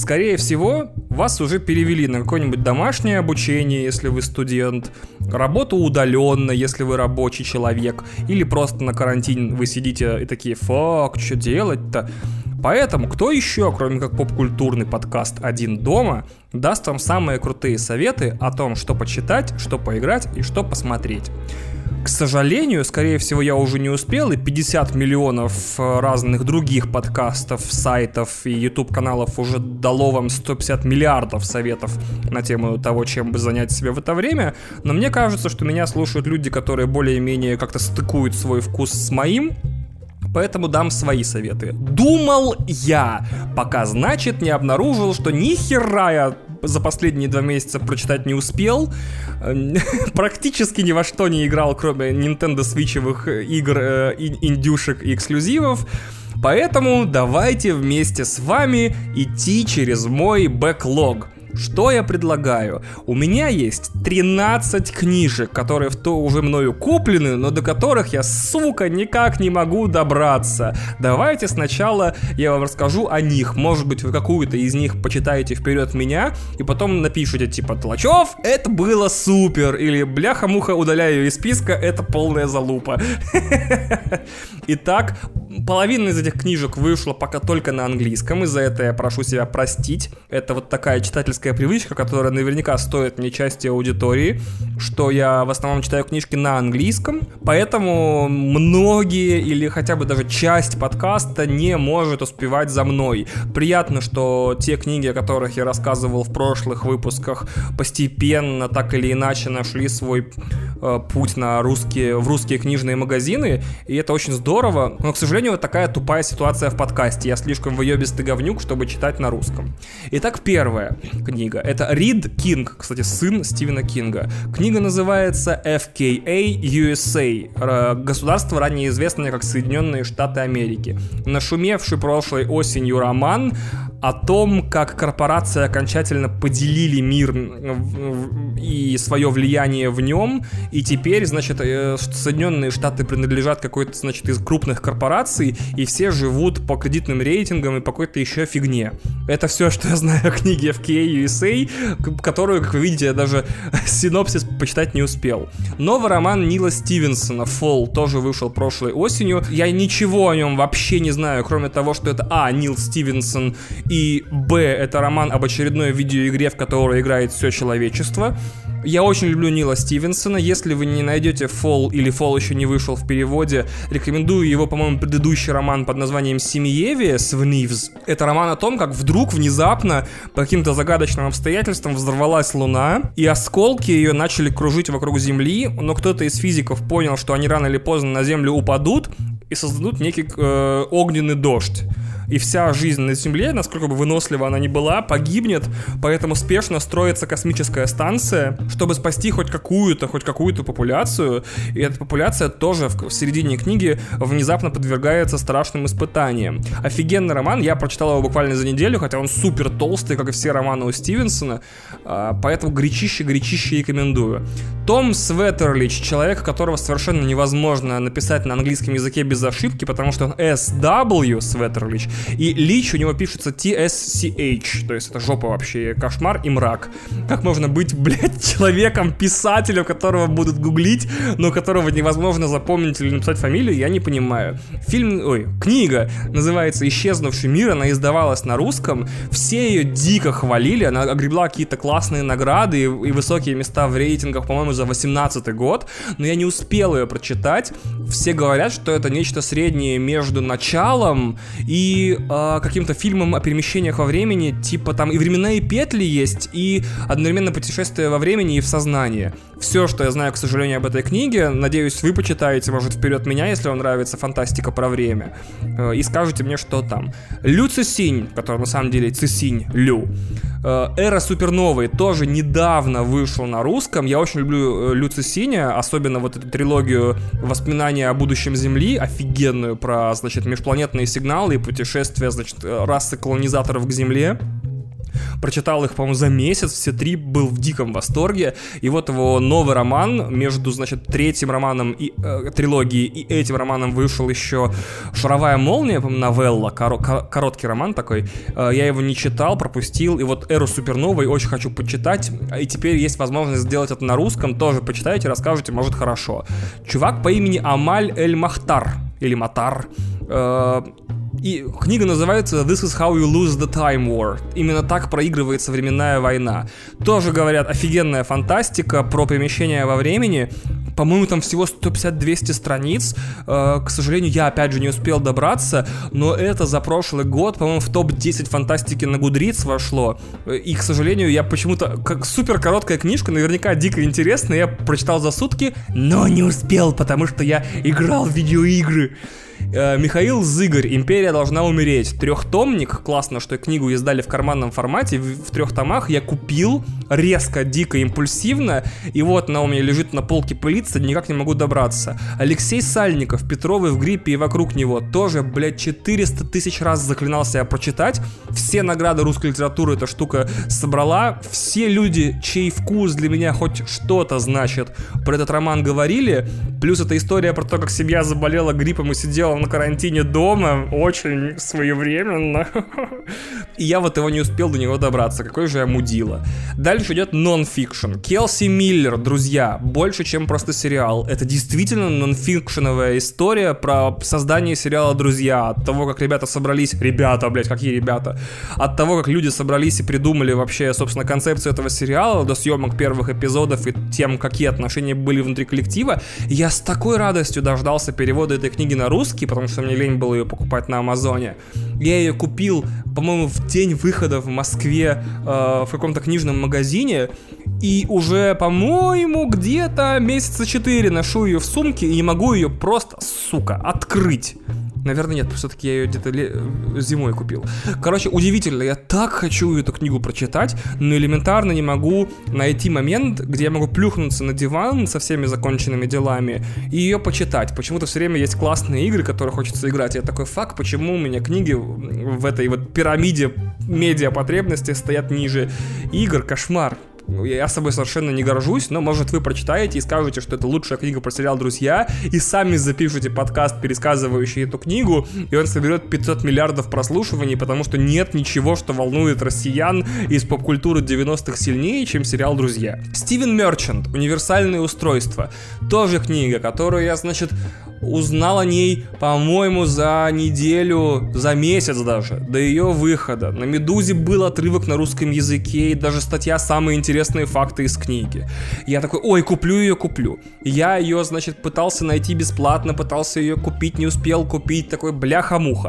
скорее всего, вас уже перевели на какое-нибудь домашнее обучение, если вы студент, работу удаленно, если вы рабочий человек, или просто на карантин вы сидите и такие: «Фак, что делать-то?» Поэтому кто еще, кроме как поп-культурный подкаст «Один дома», даст вам самые крутые советы о том, что почитать, что поиграть и что посмотреть? К сожалению, скорее всего, я уже не успел, и пятьдесят миллионов разных других подкастов, сайтов и YouTube-каналов уже дало вам сто пятьдесят миллиардов советов на тему того, чем бы занять себя в это время, но мне кажется, что меня слушают люди, которые более-менее как-то стыкуют свой вкус с моим, поэтому дам свои советы. Думал я, пока, значит, не обнаружил, что ни хера я за последние два месяца прочитать не успел. Практически ни во что не играл, кроме Nintendo Switch'евых игр, индюшек и эксклюзивов. Поэтому давайте вместе с вами идти через мой бэклог. Что я предлагаю? У меня есть тринадцать книжек, которые в то уже мною куплены, но до которых я, сука, никак не могу добраться. Давайте сначала я вам расскажу о них. Может быть, вы какую-то из них почитаете вперед меня, и потом напишите типа: «Толочев, это было супер!» Или «Бляха-муха, удаляю ее из списка, это полная залупа». Итак, половина из этих книжек вышла пока только на английском, и за это я прошу себя простить. Это вот такая читательская привычка, которая наверняка стоит мне части аудитории, что я в основном читаю книжки на английском, поэтому многие или хотя бы даже часть подкаста не может успевать за мной. Приятно, что те книги, о которых я рассказывал в прошлых выпусках, постепенно, так или иначе, нашли свой э, путь на русские, в русские книжные магазины, и это очень здорово, но, к сожалению, вот такая тупая ситуация в подкасте. Я слишком выебистый говнюк, чтобы читать на русском. Итак, первая книга. Это Рид Кинг, кстати, сын Стивена Кинга. Книга называется эф кей эй ю эс эй. Государство, ранее известное как Соединенные Штаты Америки. Нашумевший прошлой осенью роман о том, как корпорации окончательно поделили мир и свое влияние в нем, и теперь, значит, Соединенные Штаты принадлежат какой-то, значит, из крупных корпораций, и все живут по кредитным рейтингам и по какой-то еще фигне. Это все, что я знаю о книге эф кей эй ю эс эй, которую, как вы видите, я даже синопсис почитать не успел. Новый роман Нила Стивенсона «Fall» тоже вышел прошлой осенью. Я ничего о нем вообще не знаю, кроме того, что это а. Нил Стивенсон, и б. это роман об очередной видеоигре, в которой играет все человечество. Я очень люблю Нила Стивенсона. Если вы не найдете Fall или Fall еще не вышел в переводе, рекомендую его, по-моему, предыдущий роман под названием «Семиевие» с Внивз. Это роман о том, как вдруг, внезапно, по каким-то загадочным обстоятельствам взорвалась Луна, и осколки ее начали кружить вокруг Земли, но кто-то из физиков понял, что они рано или поздно на Землю упадут и создадут некий э, огненный дождь. И вся жизнь на Земле, насколько бы вынослива она ни была, погибнет, поэтому спешно строится космическая станция, чтобы спасти хоть какую-то, хоть какую-то популяцию, и эта популяция тоже в, в середине книги внезапно подвергается страшным испытаниям. Офигенный роман, я прочитал его буквально за неделю, хотя он супер толстый, как и все романы у Стивенсона, поэтому горячище-горячище рекомендую. Том Светерлич, человек, которого совершенно невозможно написать на английском языке без ошибки, потому что он эс дабл ю Светерлич, и Лич у него пишется ти эс си эйч, то есть это жопа вообще, кошмар и мрак. Как можно быть, блядь, человеком, писателем, которого будут гуглить, но которого невозможно запомнить или написать фамилию, я не понимаю. Фильм, ой, книга называется «Исчезнувший мир», она издавалась на русском, все ее дико хвалили, она огребла какие-то классные награды и, и высокие места в рейтингах, по-моему, за восемнадцатый год, но я не успел ее прочитать. Все говорят, что это нечто среднее между началом и э, каким-то фильмом о перемещениях во времени, типа там и временные петли есть, и одновременно путешествие во времени и в сознании. Все, что я знаю, к сожалению, об этой книге. Надеюсь, вы почитаете, может, вперед меня, если вам нравится фантастика про время, э, и скажете мне, что там. Лю Цисинь, который на самом деле Цисинь Лю. Э, Эра суперновой тоже недавно вышел на русском. Я очень люблю Лю Цисиня, особенно вот эту трилогию «Воспоминания о будущем Земли», офигенную, про, значит, межпланетные сигналы и путешествия, значит, расы колонизаторов к Земле. прочитал их, по-моему, за месяц, все три, был в диком восторге. И вот его новый роман, между, значит, третьим романом и, э, трилогии и этим романом вышел еще «Шаровая молния», по-моему, новелла, коро- короткий роман такой. Э, я его не читал, пропустил, и вот «Эру суперновой» очень хочу почитать, и теперь есть возможность сделать это на русском, тоже почитайте, расскажете, может, хорошо. Чувак по имени Амаль Эль-Махтар, или Матар, э, и книга называется «This is how you lose the time war». Именно так проигрывается временная война. Тоже, говорят, офигенная фантастика про перемещение во времени. По-моему, там всего сто пятьдесят - двести страниц. Э, к сожалению, я, опять же, не успел добраться, но это за прошлый год, по-моему, в топ десять фантастики на Goodreads вошло. И, к сожалению, я почему-то... Как супер короткая книжка, наверняка дико интересная, я прочитал за сутки, но не успел, потому что я играл в видеоигры. Михаил Зыгорь «Империя должна умереть». Трехтомник, классно, что книгу издали в карманном формате, в, в трех томах я купил резко, дико, импульсивно, и вот она у меня лежит на полке, пылится, никак не могу добраться. Алексей Сальников «Петровы в гриппе и вокруг него», тоже, блядь, четыреста тысяч раз заклинался я прочитать, все награды русской литературы эта штука собрала, все люди, чей вкус для меня хоть что-то значит, про этот роман говорили, плюс эта история про то, как семья заболела гриппом и сидела на карантине дома, очень своевременно. И я вот его не успел до него добраться. Какой же я мудила. Дальше идет нон-фикшн. Келси Миллер, друзья, больше, чем просто сериал. Это действительно нон-фикшеновая история про создание сериала «Друзья». От того, как ребята собрались... Ребята, блядь, какие ребята? От того, как люди собрались и придумали вообще, собственно, концепцию этого сериала, до съемок первых эпизодов и тем, какие отношения были внутри коллектива, я с такой радостью дождался перевода этой книги на русский, потому что мне лень было ее покупать на Амазоне. Я ее купил, по-моему, в день выхода в Москве э, в каком-то книжном магазине, и уже, по-моему, где-то месяца четыре ношу ее в сумке и не могу ее просто, сука, открыть. Наверное, нет, все-таки я ее где-то ле- зимой купил. Короче, удивительно, я так хочу эту книгу прочитать, но элементарно не могу найти момент, где я могу плюхнуться на диван со всеми законченными делами и ее почитать. Почему-то все время есть классные игры, которые хочется играть. Я такой, фак, почему у меня книги в этой вот пирамиде медиапотребностей стоят ниже игр? Кошмар. Я собой совершенно не горжусь, но, может, вы прочитаете и скажете, что это лучшая книга про сериал «Друзья», и сами запишите подкаст, пересказывающий эту книгу, и он соберет пятьсот миллиардов прослушиваний, потому что нет ничего, что волнует россиян из поп-культуры девяностых сильнее, чем сериал «Друзья». Стивен Мерчант «Универсальные устройства». Тоже книга, которую я, значит, узнал о ней, по-моему, за неделю, за месяц даже, до ее выхода. На «Медузе» был отрывок на русском языке и даже статья «Самые интересные факты из книги». Я такой, ой, куплю ее, куплю. Я ее, значит, пытался найти бесплатно, пытался ее купить, не успел купить, такой, бляха-муха.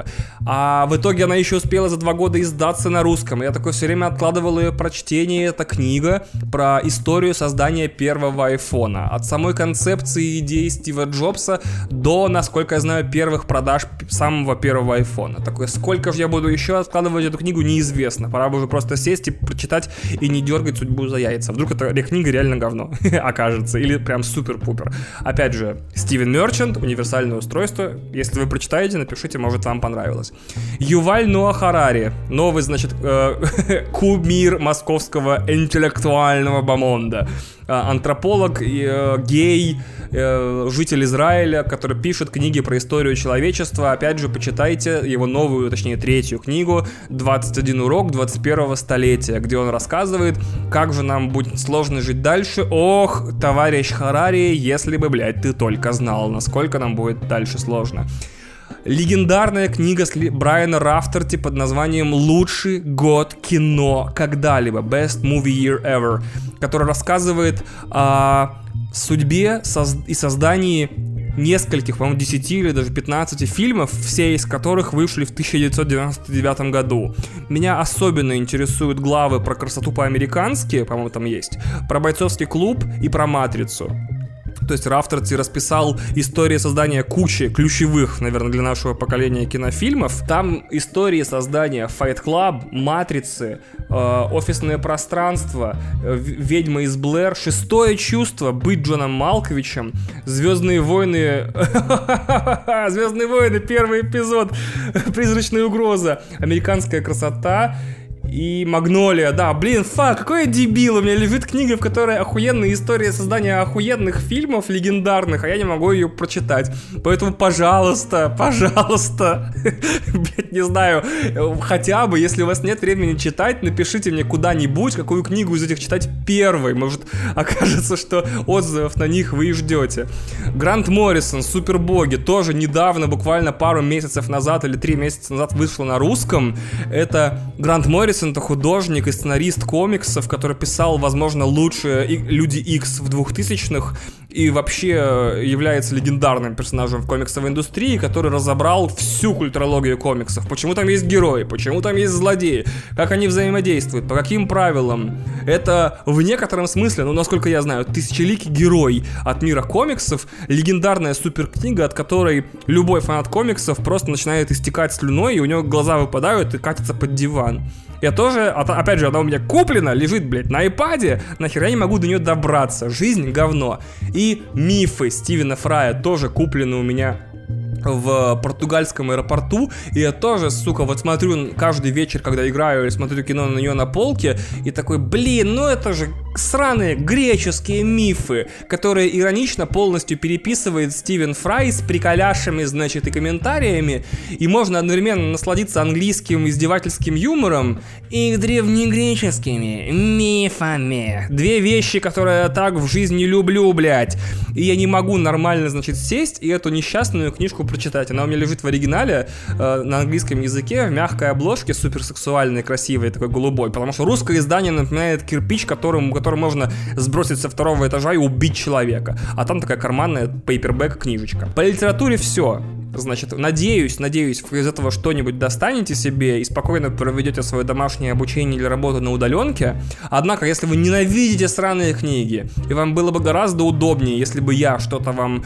А в итоге она еще успела за два года издаться на русском. Я такой все время откладывал ее прочтение. Это книга про историю создания первого айфона. От самой концепции идеи Стива Джобса до, насколько я знаю, первых продаж самого первого айфона. Такое, сколько же я буду еще откладывать эту книгу, неизвестно. Пора бы уже просто сесть и прочитать и не дергать судьбу за яйца. Вдруг эта книга реально говно окажется. Или прям супер-пупер. Опять же, Стивен Мерчант, «Универсальное устройство». Если вы прочитаете, напишите, может, вам понравилось. Юваль Ноа Харари. Новый, значит, э, кумир московского интеллектуального бомонда. Антрополог, э, гей, э, житель Израиля, который пишет книги про историю человечества. Опять же, почитайте его новую, точнее, третью книгу «двадцать один урок двадцать первого столетия», где он рассказывает, как же нам будет сложно жить дальше. Ох, товарищ Харари, если бы, блядь, ты только знал, насколько нам будет дальше сложно. Легендарная книга Брайана Рафтерти под названием «Лучший год кино когда-либо», Best Movie Year Ever, которая рассказывает о судьбе и создании нескольких, по-моему, десяти или даже пятнадцати фильмов, все из которых вышли в тысяча девятьсот девяносто девятом году. Меня особенно интересуют главы про красоту по-американски, по-моему, там есть, про бойцовский клуб и про «Матрицу». То есть Рафтерти расписал истории создания кучи ключевых, наверное, для нашего поколения кинофильмов. Там истории создания Fight Club, Матрицы, э, Офисное пространство, э, Ведьма из Блэр, Шестое чувство, Быть Джоном Малковичем, Звездные войны, Звездные войны, первый эпизод, Призрачная угроза, Американская красота. и Магнолия, да, блин, фак, какой я дебил, у меня лежит книга, в которой охуенная история создания охуенных фильмов легендарных, а я не могу ее прочитать, поэтому, пожалуйста, пожалуйста, блять, не знаю, хотя бы, если у вас нет времени читать, напишите мне куда-нибудь, какую книгу из этих читать первой, может, окажется, что отзывов на них вы и ждете. Грант Моррисон, Супербоги, тоже недавно, буквально пару месяцев назад или три месяца назад вышло на русском. Это Грант Моррисон, это художник и сценарист комиксов, который писал, возможно, лучшие Люди Икс в двухтысячных и вообще является легендарным персонажем в комиксовой индустрии, который разобрал всю культурологию комиксов. Почему там есть герои, почему там есть злодеи, как они взаимодействуют, по каким правилам. Это в некотором смысле, ну, насколько я знаю, тысячеликий герой от мира комиксов, легендарная суперкнига, от которой любой фанат комиксов просто начинает истекать слюной, и у него глаза выпадают и катятся под диван. Я тоже, опять же, она у меня куплена, лежит, блядь, на айпаде, нахер я не могу до нее добраться, жизнь говно. И Мифы Стивена Фрая тоже куплены у меня в португальском аэропорту, и я тоже, сука, вот смотрю каждый вечер, когда играю или смотрю кино на нее на полке, и такой, блин, ну это же сраные греческие мифы, которые иронично полностью переписывает Стивен Фрай с приколяшами, значит, и комментариями, и можно одновременно насладиться английским издевательским юмором и древнегреческими мифами. Две вещи, которые я так в жизни люблю, блядь. И я не могу нормально, значит, сесть и эту несчастную книжку прочитать. Она у меня лежит в оригинале э, на английском языке в мягкой обложке, суперсексуальной, красивой, такой голубой, потому что русское издание напоминает кирпич, которым, которым можно сбросить со второго этажа и убить человека. А там такая карманная пейпербэк книжечка. По литературе все. Значит, надеюсь, надеюсь, вы из этого что-нибудь достанете себе и спокойно проведете свое домашнее обучение или работу на удаленке. Однако, если вы ненавидите сраные книги, и вам было бы гораздо удобнее, если бы я что-то вам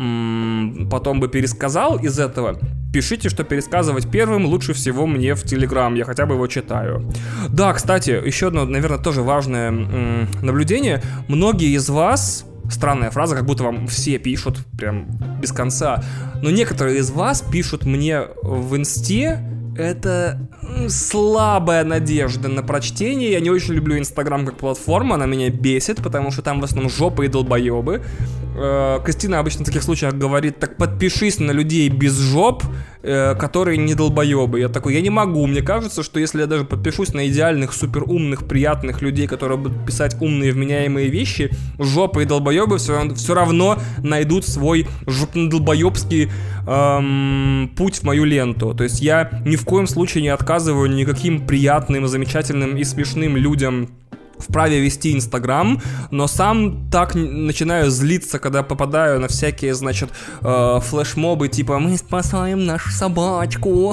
м- потом бы пересказал из этого, пишите, что пересказывать первым лучше всего мне в Телеграм, я хотя бы его читаю. Да, кстати, еще одно, наверное, тоже важное м- наблюдение. Многие из вас... Странная фраза, как будто вам все пишут прям без конца. Но некоторые из вас пишут мне в инсте. Это слабая надежда на прочтение. Я не очень люблю Инстаграм как платформу. Она меня бесит, потому что там в основном жопы и долбоебы. Кристина обычно в таких случаях говорит: так подпишись на людей без жоп, которые не долбоебы. Я такой, я не могу. Мне кажется, что если я даже подпишусь на идеальных, суперумных, приятных людей, которые будут писать умные, вменяемые вещи, жопы и долбоебы все равно, все равно найдут свой жопно-долбоебский эм, путь в мою ленту. То есть я ни в коем случае не отказываю никаким приятным, замечательным и смешным людям вправе вести Инстаграм, но сам так начинаю злиться, когда попадаю на всякие, значит, э, флешмобы, типа «Мы спасаем нашу собачку»,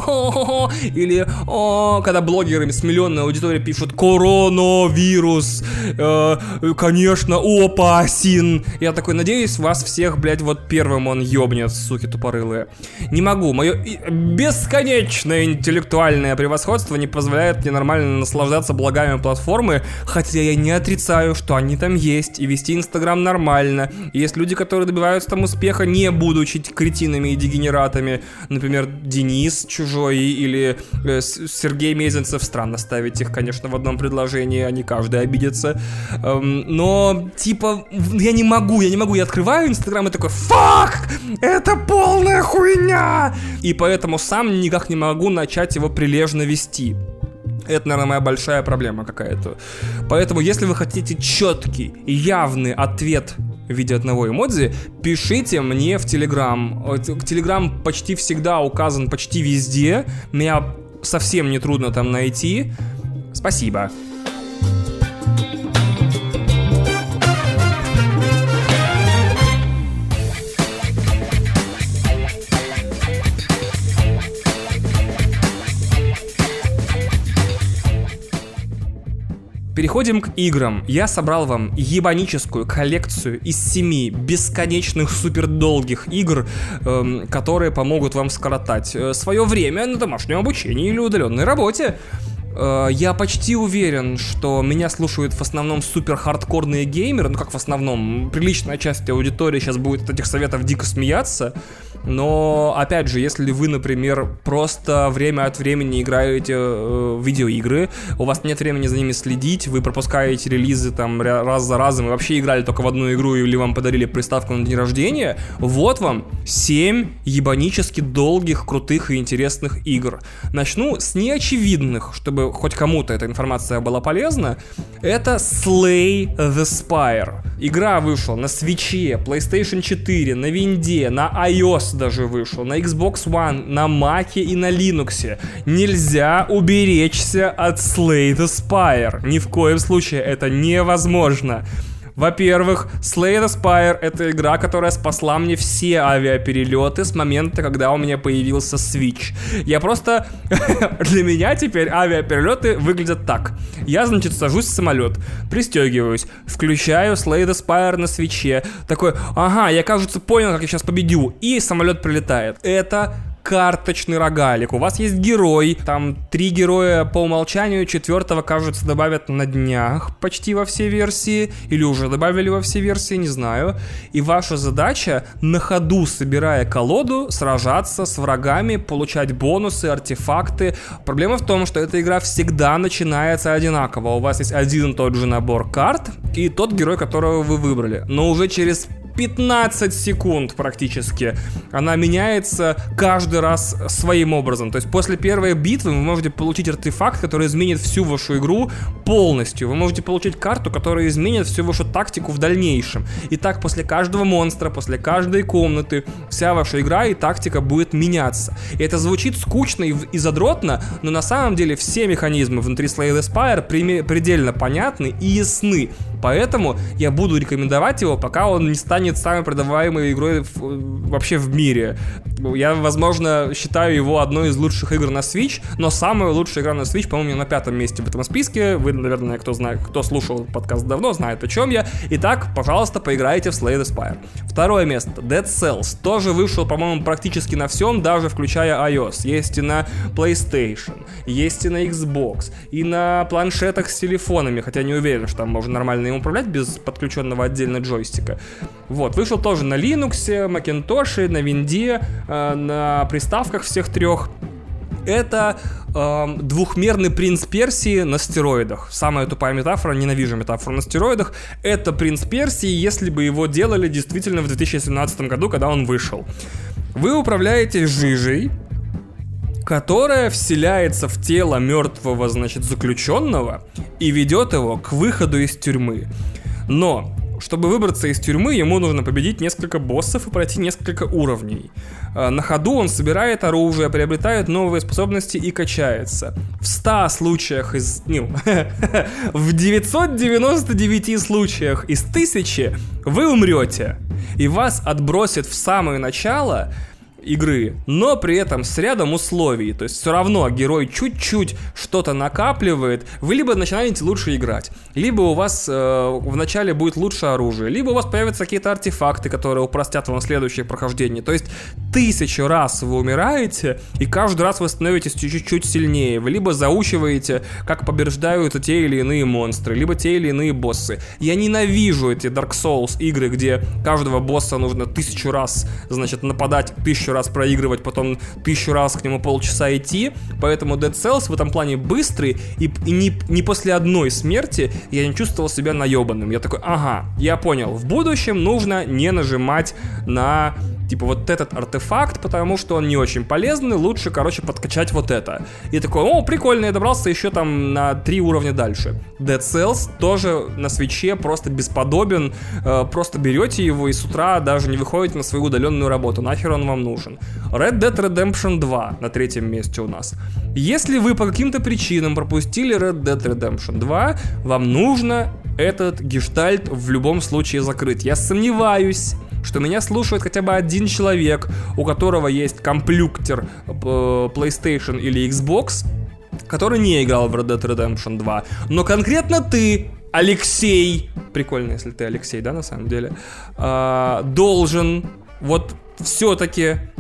или о, когда блогеры с миллионной аудиторией пишут «Коронавирус», э, конечно, опасен. Я такой, надеюсь, вас всех, блядь, вот первым он ёбнет, суки тупорылые. Не могу, мое бесконечное интеллектуальное превосходство не позволяет мне нормально наслаждаться благами платформы, хотя я не отрицаю, что они там есть, и вести Инстаграм нормально. И есть люди, которые добиваются там успеха, не будучи кретинами и дегенератами. Например, Денис Чужой или э, Сергей Мезенцев. Странно ставить их, конечно, в одном предложении, они каждый обидится. Эм, но, типа, я не могу, я не могу. Я открываю Инстаграм и такой: фак! Это полная хуйня! И поэтому сам никак не могу начать его прилежно вести. Это, наверное, моя большая проблема какая-то. Поэтому, если вы хотите четкий и явный ответ в виде одного эмодзи, пишите мне в Телеграм. Телеграм почти всегда указан почти везде. Меня совсем не трудно там найти. Спасибо. Переходим к играм. Я собрал вам ебаническую коллекцию из семи бесконечных супердолгих игр, эм, которые помогут вам скоротать э, свое время на домашнем обучении или удаленной работе. Я почти уверен, что меня слушают в основном супер-хардкорные геймеры, ну как в основном, приличная часть аудитории сейчас будет от этих советов дико смеяться, но, опять же, если вы, например, просто время от времени играете в видеоигры, у вас нет времени за ними следить, вы пропускаете релизы там раз за разом и вообще играли только в одну игру или вам подарили приставку на день рождения, вот вам семь ебанически долгих, крутых и интересных игр. Начну с неочевидных, чтобы хоть кому-то эта информация была полезна. Это Slay the Spire. Игра вышла на Switch'е, PlayStation четыре, на Винде, на iOS даже вышел, на Xbox One, на Mac'е и на Linux. Нельзя уберечься от Slay the Spire. Ни в коем случае это невозможно. Во-первых, Slay the Spire — это игра, которая спасла мне все авиаперелеты с момента, когда у меня появился Switch. Я просто... Для меня теперь авиаперелеты выглядят так. Я, значит, сажусь в самолет, пристегиваюсь, включаю Slay the Spire на Switch'е. Такой, ага, я, кажется, понял, как я сейчас победю. И самолет прилетает. Это... карточный рогалик. У вас есть герой, там три героя по умолчанию, четвертого, кажется, добавят на днях почти во все версии, или уже добавили во все версии, не знаю. И ваша задача, на ходу собирая колоду, сражаться с врагами, получать бонусы, артефакты. Проблема в том, что эта игра всегда начинается одинаково. У вас есть один и тот же набор карт и тот герой, которого вы выбрали. Но уже через пятнадцать секунд практически она меняется каждый раз своим образом. То есть после первой битвы вы можете получить артефакт, который изменит всю вашу игру полностью. Вы можете получить карту, которая изменит всю вашу тактику в дальнейшем. И так после каждого монстра, после каждой комнаты вся ваша игра и тактика будет меняться. И это звучит скучно и, и задротно, но на самом деле все механизмы внутри Slay the Spire предельно понятны и ясны. Поэтому я буду рекомендовать его, пока он не станет самой продаваемой игрой в, вообще в мире. Я, возможно, считаю его одной из лучших игр на Switch, но самая лучшая игра на Switch, по-моему, на пятом месте в этом списке. Вы, наверное, кто знает, кто слушал подкаст давно, знает, о чем я. Итак, пожалуйста, поиграйте в Slay the Spire. Второе место. Dead Cells. Тоже вышел, по-моему, практически на всем, даже включая iOS. Есть и на PlayStation, есть и на Xbox, и на планшетах с телефонами, хотя не уверен, что там можно нормально им управлять без подключенного отдельно джойстика. Вот, вышел тоже на Linux, Macintosh, на Винде, э, на приставках всех трех. Это э, двухмерный принц Персии на стероидах. Самая тупая метафора, ненавижу метафору на стероидах. Это принц Персии, если бы его делали действительно в две тысячи семнадцатом году, когда он вышел. Вы управляете жижей, которая вселяется в тело мертвого, значит, заключенного и ведет его к выходу из тюрьмы. Но, чтобы выбраться из тюрьмы, ему нужно победить несколько боссов и пройти несколько уровней. На ходу он собирает оружие, приобретает новые способности и качается. В ста случаях из... Ну, в девятьсот девяносто девяти случаях из тысячи вы умрете. И вас отбросит в самое начало игры, но при этом с рядом условий. То есть все равно герой чуть-чуть что-то накапливает. Вы либо начинаете лучше играть, либо у вас э, вначале будет лучше оружие, либо у вас появятся какие-то артефакты, которые упростят вам следующее прохождение. То есть тысячу раз вы умираете, и каждый раз вы становитесь чуть-чуть сильнее. Вы либо заучиваете, как побеждают те или иные монстры, либо те или иные боссы. Я ненавижу эти Dark Souls игры, где каждого босса нужно тысячу раз, значит, нападать, тысячу раз проигрывать, потом тысячу раз к нему полчаса идти. Поэтому Dead Cells в этом плане быстрый, и, и не, не после одной смерти я не чувствовал себя наебанным. Я такой, ага, я понял, в будущем нужно не нажимать на типа вот этот артефакт, потому что он не очень полезный, лучше, короче, подкачать вот это. И такой, о, прикольно, я добрался еще там на три уровня дальше. Dead Cells тоже на Switch'е просто бесподобен, э, просто берете его и с утра даже не выходите на свою удаленную работу, нахер он вам нужен. Red Dead Redemption два на третьем месте у нас. Если вы по каким-то причинам пропустили Red Dead Redemption два, вам нужно этот гештальт в любом случае закрыть. Я сомневаюсь, что меня слушает хотя бы один человек, у которого есть комплюктер PlayStation или Xbox, который не играл в Red Dead Redemption два. Но конкретно ты, Алексей, прикольно, если ты Алексей, да, на самом деле, должен вот все-таки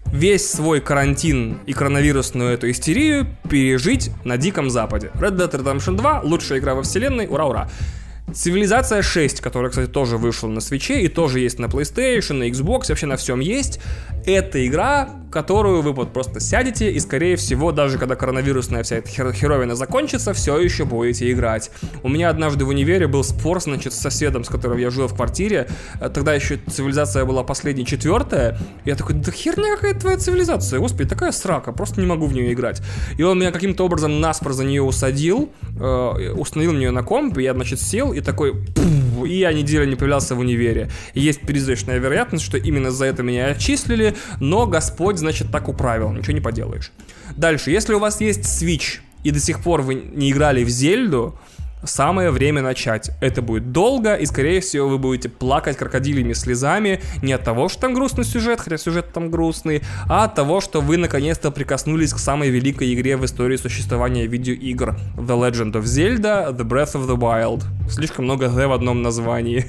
весь свой карантин и коронавирусную эту истерию пережить на Диком Западе. Red Dead Redemption два — лучшая игра во вселенной, ура-ура. Цивилизация шесть, которая, кстати, тоже вышла на Switch'е и тоже есть на PlayStation, на Xbox, вообще на всем есть. Это игра, которую вы вот просто сядете и, скорее всего, даже когда коронавирусная вся эта хер- херовина закончится, все еще будете играть. У меня однажды в универе был спор, значит, с соседом, с которым я жил в квартире. Тогда еще цивилизация была последняя, четвертая. Я такой, да херня какая твоя цивилизация, господи, такая срака, просто не могу в нее играть. И он меня каким-то образом наспор за нее усадил, э, установил мне на комп, и я, значит, сел и такой, пуф, и я неделю не появлялся в универе. И есть переизбыточная вероятность, что именно за это меня отчислили, но Господь, значит, так управил, ничего не поделаешь. Дальше, если у вас есть Switch и до сих пор вы не играли в Зельду, самое время начать. Это будет долго, и, скорее всего, вы будете плакать крокодильями слезами не от того, что там грустный сюжет, хотя сюжет там грустный, а от того, что вы наконец-то прикоснулись к самой великой игре в истории существования видеоигр. The Legend of Zelda, The Breath of the Wild. Слишком много «the» в одном названии.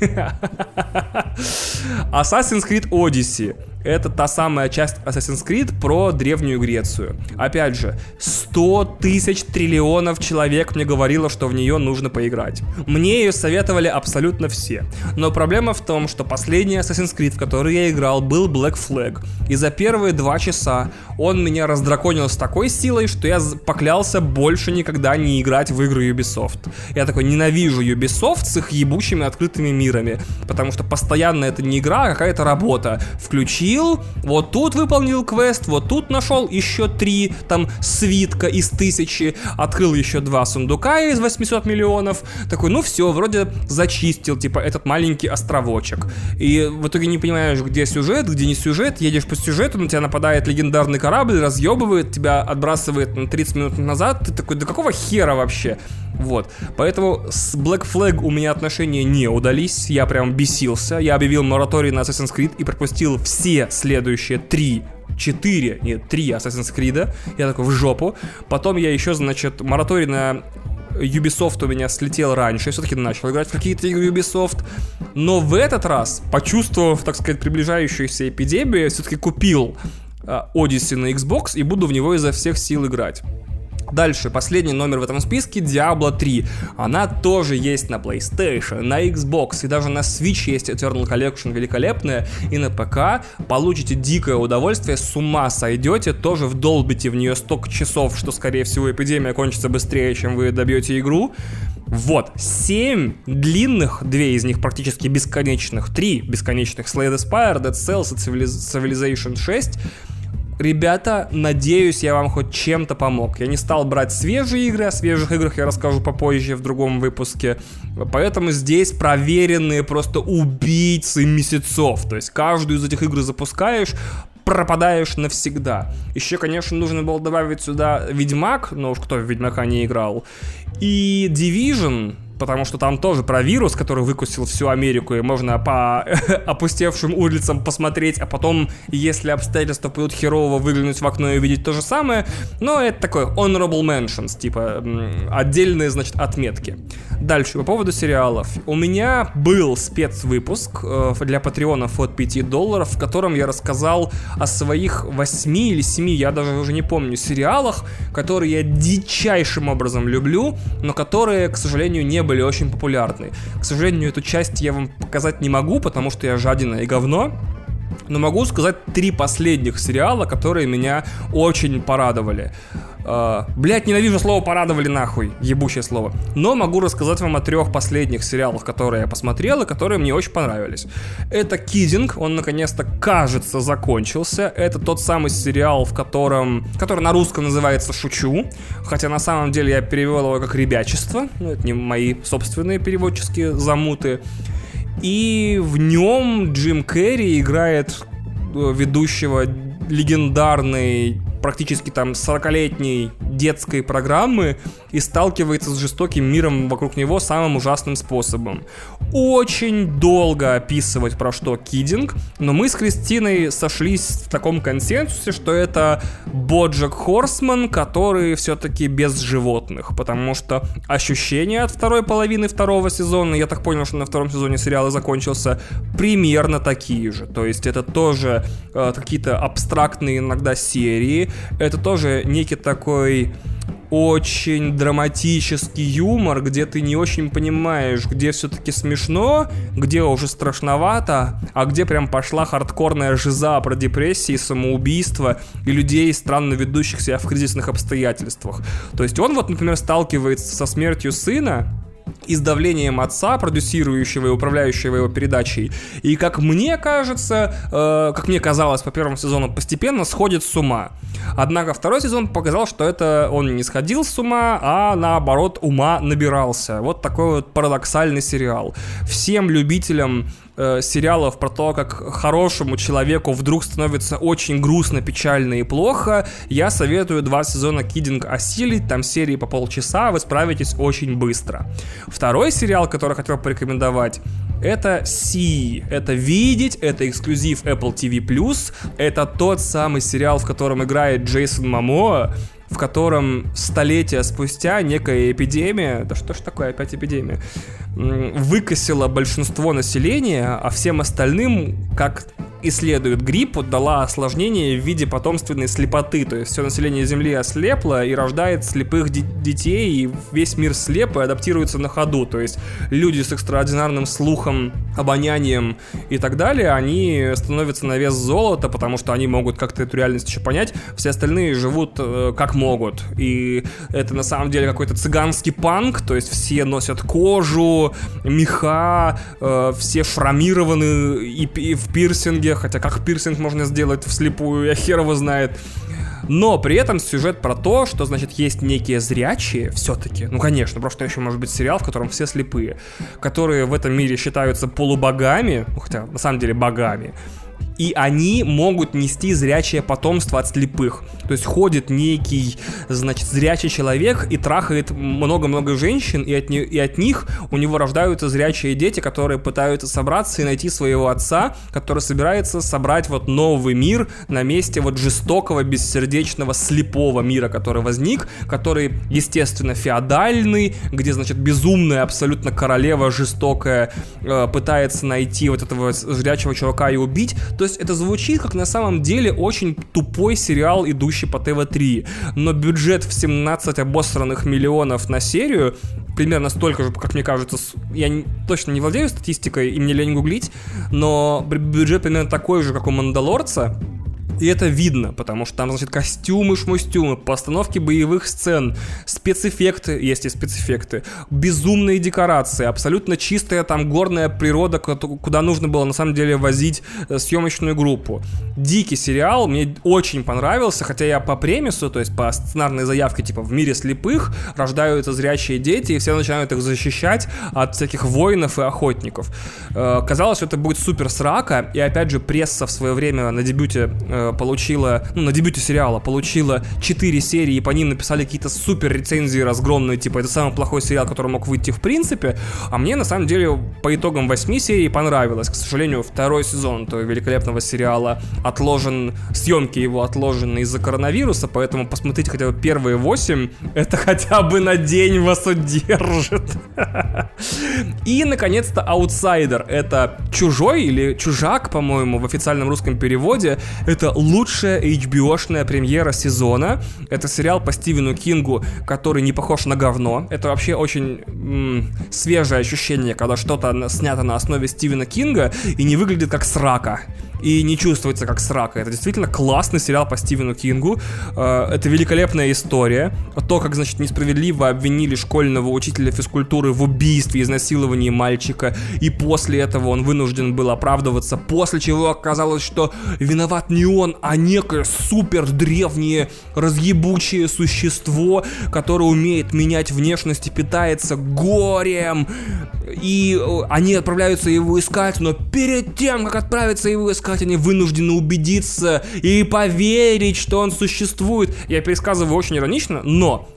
Assassin's Creed Odyssey. Это та самая часть Assassin's Creed про Древнюю Грецию. Опять же, сто тысяч триллионов человек мне говорило, что в нее нужно поиграть. Мне ее советовали абсолютно все. Но проблема в том, что последний Assassin's Creed, в который я играл, был Black Flag. И за первые два часа он меня раздраконил с такой силой, что я поклялся больше никогда не играть в игры Ubisoft. Я такой ненавижу Ubisoft с их ебучими открытыми мирами. Потому что постоянно это не игра, а какая-то работа. Включи вот тут выполнил квест, вот тут нашел еще три там свитка из тысячи, открыл еще два сундука из восемьсот миллионов, такой, ну все, вроде зачистил, типа, этот маленький островочек. И в итоге не понимаешь, где сюжет, где не сюжет, едешь по сюжету, на тебя нападает легендарный корабль, разъебывает, тебя отбрасывает на тридцать минут назад, ты такой, да какого хера вообще? Вот, поэтому с Black Flag у меня отношения не удались, я прям бесился, я объявил мораторий на Assassin's Creed и пропустил все следующие три, четыре, нет, три Assassin's Creed, я такой, в жопу. Потом я еще, значит, мораторий на Ubisoft у меня слетел раньше, я все-таки начал играть в какие-то игры Ubisoft, но в этот раз, почувствовав, так сказать, приближающуюся эпидемию, я все-таки купил uh, Odyssey на Xbox и буду в него изо всех сил играть. Дальше, последний номер в этом списке — Diablo три. Она тоже есть на PlayStation, на Xbox и даже на Switch есть Eternal Collection великолепная. И на ПК получите дикое удовольствие, с ума сойдете, тоже вдолбите в нее столько часов, что, скорее всего, эпидемия кончится быстрее, чем вы добьете игру. Вот, семь длинных, две из них практически бесконечных, три бесконечных: Slay the Spire, Dead Cells и Civilization шесть. Ребята, надеюсь, я вам хоть чем-то помог. Я не стал брать свежие игры, о свежих играх я расскажу попозже в другом выпуске. Поэтому здесь проверенные просто убийцы месяцев. То есть каждую из этих игр запускаешь, пропадаешь навсегда. Еще, конечно, нужно было добавить сюда Ведьмак, но уж кто в Ведьмака не играл, и Division, потому что там тоже про вирус, который выкусил всю Америку, и можно по опустевшим улицам посмотреть, а потом, если обстоятельства пойдут херово, выглянуть в окно и увидеть то же самое. Но это такой honorable mentions, типа отдельные, значит, отметки. Дальше, по поводу сериалов. У меня был спецвыпуск э, для патреонов от пяти долларов, в котором я рассказал о своих восьми или семи, я даже уже не помню, сериалах, которые я дичайшим образом люблю, но которые, к сожалению, не были очень популярны. К сожалению, эту часть я вам показать не могу, потому что я жадина и говно. Но могу сказать три последних сериала, которые меня очень порадовали. Uh, блять, ненавижу слово «порадовали» нахуй, ебучее слово. Но могу рассказать вам о трех последних сериалах, которые я посмотрел и которые мне очень понравились. Это «Киддинг», он наконец-то, кажется, закончился. Это тот самый сериал, в котором, который на русском называется «Шучу», хотя на самом деле я перевел его как «Ребячество». Ну, это не мои собственные переводческие замуты. И в нем Джим Керри играет ведущего легендарной, практически там сорокалетней детской программы и сталкивается с жестоким миром вокруг него самым ужасным способом. Очень долго описывать, про что киддинг, но мы с Кристиной сошлись в таком консенсусе, что это BoJack Horseman, который все-таки без животных, потому что ощущения от второй половины второго сезона, я так понял, что на втором сезоне сериал и закончился, примерно такие же. То есть это тоже э, какие-то абстрактные иногда серии, это тоже некий такой очень драматический юмор, где ты не очень понимаешь, где все-таки смешно, где уже страшновато, а где прям пошла хардкорная жиза про депрессии, самоубийство и людей, странно ведущих себя в кризисных обстоятельствах. То есть он вот, например, сталкивается со смертью сына и с давлением отца, продюсирующего и управляющего его передачей. И, как мне кажется, э, как мне казалось по первому сезону, постепенно сходит с ума. Однако второй сезон показал, что это он не сходил с ума, а наоборот ума набирался. Вот такой вот парадоксальный сериал. Всем любителям э, сериалов про то, как хорошему человеку вдруг становится очень грустно, печально и плохо, я советую два сезона «Киддинг» осилить, там серии по полчаса, вы справитесь очень быстро. Второй сериал, который хотел порекомендовать, это «See». Это «Видеть», это эксклюзив Apple ти ви плюс, это тот самый сериал, в котором играет Джейсон Момоа, в котором столетия спустя некая эпидемия, да что ж такое опять эпидемия, выкосила большинство населения, а всем остальным, как и следует гриппу, дала осложнение в виде потомственной слепоты. То есть все население Земли ослепло и рождает слепых ди- детей, и весь мир слеп и адаптируется на ходу. То есть люди с экстраординарным слухом, обонянием и так далее, они становятся на вес золота, потому что они могут как-то эту реальность еще понять. Все остальные живут э, как могут. И это на самом деле какой-то цыганский панк, то есть все носят кожу, меха, э, все шрамированы и, и в пирсинге. Хотя как пирсинг можно сделать вслепую, я хер его знает. Но при этом сюжет про то, что, значит, есть некие зрячие все-таки, ну, конечно, потому что еще может быть сериал, в котором все слепые, которые в этом мире считаются полубогами, ну, хотя на самом деле богами, и они могут нести зрячее потомство от слепых. То есть ходит некий, значит, зрячий человек и трахает много-много женщин, и от, не, и от них у него рождаются зрячие дети, которые пытаются собраться и найти своего отца, который собирается собрать вот новый мир на месте вот жестокого, бессердечного, слепого мира, который возник, который, естественно, феодальный, где, значит, безумная абсолютно королева жестокая э, пытается найти вот этого зрячего чувака и убить. То есть это звучит как на самом деле очень тупой сериал, идущий по тэ вэ три, но бюджет в семнадцать обосранных миллионов на серию, примерно столько же, как мне кажется, я не, точно не владею статистикой и мне лень гуглить, но бюджет примерно такой же, как у «Мандалорца». И это видно, потому что там, значит, костюмы, шмустюмы, постановки боевых сцен, спецэффекты, есть и спецэффекты, безумные декорации, абсолютно чистая там горная природа, куда нужно было на самом деле возить съемочную группу. Дикий сериал, мне очень понравился, хотя я по премису, то есть по сценарной заявке, типа, в мире слепых рождаются зрячие дети, и все начинают их защищать от всяких воинов и охотников. Казалось, что это будет супер срака, и опять же пресса в свое время на дебюте получила, ну, на дебюте сериала получила четыре серии, и по ним написали какие-то супер рецензии разгромные, типа, это самый плохой сериал, который мог выйти в принципе, а мне, на самом деле, по итогам восьми серий понравилось. К сожалению, второй сезон этого великолепного сериала отложен, съемки его отложены из-за коронавируса, поэтому посмотрите хотя бы первые восемь, это хотя бы на день вас удержит. И, наконец-то, «Аутсайдер». Это «Чужой» или «Чужак», по-моему, в официальном русском переводе. Это лучшая эйч би о-шная премьера сезона. Это сериал по Стивену Кингу, который не похож на говно. Это вообще очень м- свежее ощущение, когда что-то снято на основе Стивена Кинга и не выглядит как срака. И не чувствуется как срака. Это действительно классный сериал по Стивену Кингу. Это великолепная история. То, как, значит, несправедливо обвинили школьного учителя физкультуры в убийстве, изнасиловании мальчика, и после этого он вынужден был оправдываться, после чего оказалось, что виноват не он, а некое супер древнее разъебучее существо, которое умеет менять внешность и питается горем. И они отправляются его искать, но перед тем, как отправиться его искать, сказать, они вынуждены убедиться и поверить, что он существует. Я пересказываю очень иронично, но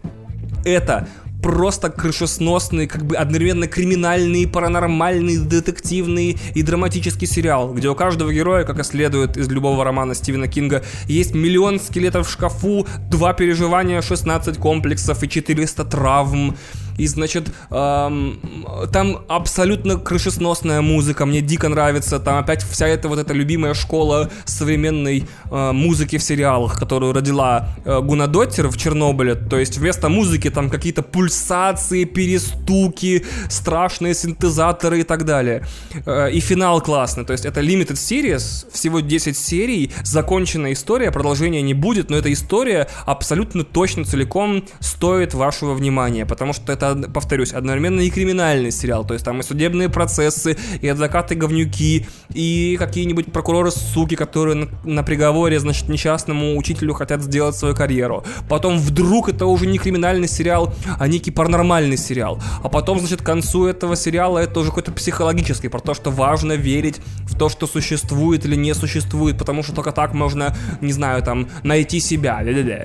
это просто крышесносный, как бы одновременно криминальный, паранормальный, детективный и драматический сериал, где у каждого героя, как и следует из любого романа Стивена Кинга, есть миллион скелетов в шкафу, два переживания, шестнадцать комплексов и четыреста травм. И, значит, эм, там абсолютно крышесносная музыка, мне дико нравится. Там опять вся эта вот эта любимая школа современной э, музыки в сериалах, которую родила э, Гуна Доттер в Чернобыле. То есть вместо музыки там какие-то пульсации, перестуки, страшные синтезаторы и так далее. Э, и финал классный. То есть это limited series, всего десять серий, законченная история, продолжения не будет, но эта история абсолютно точно целиком стоит вашего внимания, потому что это, повторюсь, одновременно и криминальный сериал, то есть там и судебные процессы, и адвокаты-говнюки, и какие-нибудь прокуроры-суки, которые на, на приговоре, значит, несчастному учителю хотят сделать свою карьеру. Потом вдруг это уже не криминальный сериал, а некий паранормальный сериал. А потом, значит, к концу этого сериала это уже какой-то психологический, про то, что важно верить в то, что существует или не существует, потому что только так можно, не знаю, там, найти себя.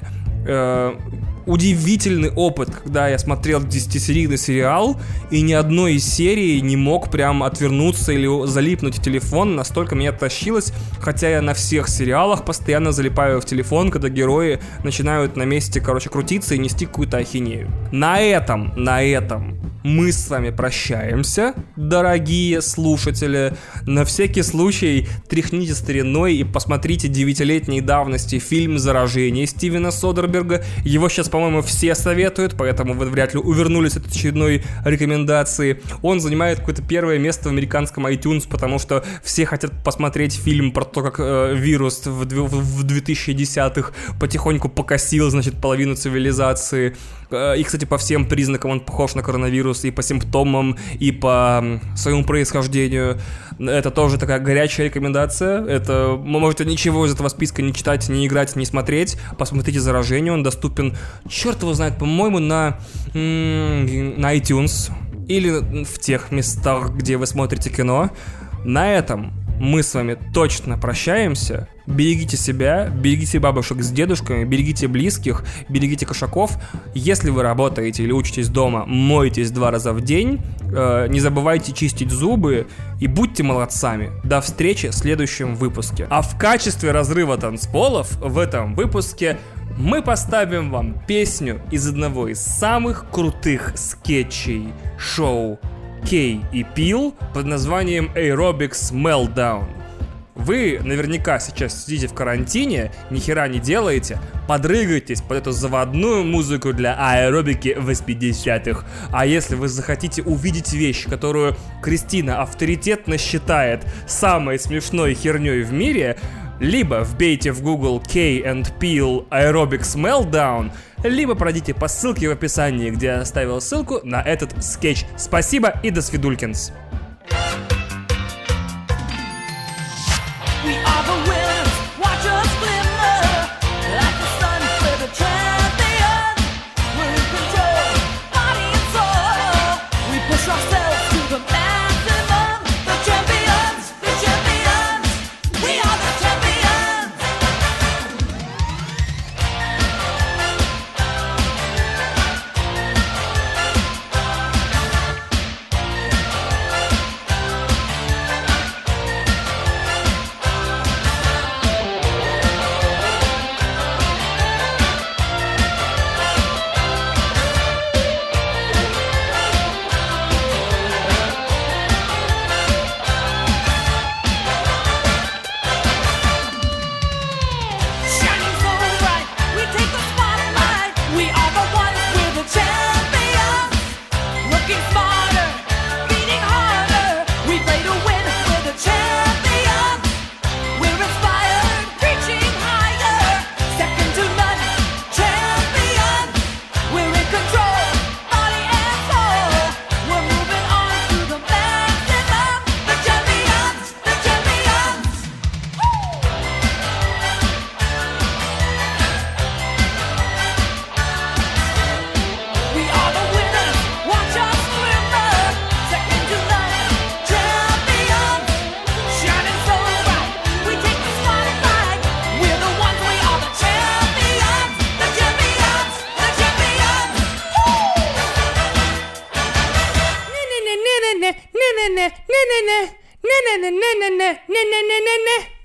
Э-э- Удивительный опыт, когда я смотрел десятисерийный сериал, и ни одной из серий не мог прям отвернуться или залипнуть в телефон, настолько меня тащилось, хотя я на всех сериалах постоянно залипаю в телефон, когда герои начинают на месте, короче, крутиться и нести какую-то ахинею. На этом, на этом мы с вами прощаемся, дорогие слушатели. На всякий случай тряхните стариной и посмотрите девятилетней давности фильм «Заражение» Стивена Содерберга. Его сейчас, по-моему, все советуют, поэтому вы вряд ли увернулись от очередной рекомендации. Он занимает какое-то первое место в американском iTunes, потому что все хотят посмотреть фильм про то, как э, вирус в, в две тысячи десятых потихоньку покосил, значит, половину цивилизации. И, кстати, по всем признакам он похож на коронавирус, и по симптомам, и по своему происхождению. Это тоже такая горячая рекомендация. Это, вы можете ничего из этого списка не читать, не играть, не смотреть. Посмотрите «Заражение», он доступен, черт его знает, по-моему, на, на iTunes или в тех местах, где вы смотрите кино. На этом мы с вами точно прощаемся. Берегите себя, берегите бабушек с дедушками, берегите близких, берегите кошаков. Если вы работаете или учитесь дома, мойтесь два раза в день. Э, не забывайте чистить зубы и будьте молодцами. До встречи в следующем выпуске. А в качестве разрыва танцполов в этом выпуске мы поставим вам песню из одного из самых крутых скетчей шоу Кей и Пил под названием Aerobics Meltdown. Вы наверняка сейчас сидите в карантине, ни хера не делаете, подрыгайтесь под эту заводную музыку для аэробики восьмидесятых. А если вы захотите увидеть вещь, которую Кристина авторитетно считает самой смешной херней в мире, либо вбейте в Google Key and Peele Aerobics Meltdown, либо пройдите по ссылке в описании, где я оставил ссылку на этот скетч. Спасибо и до свидулькинс. не-не-не, не-не-не, не-не-не, не-не-не, не-не-не-не-не.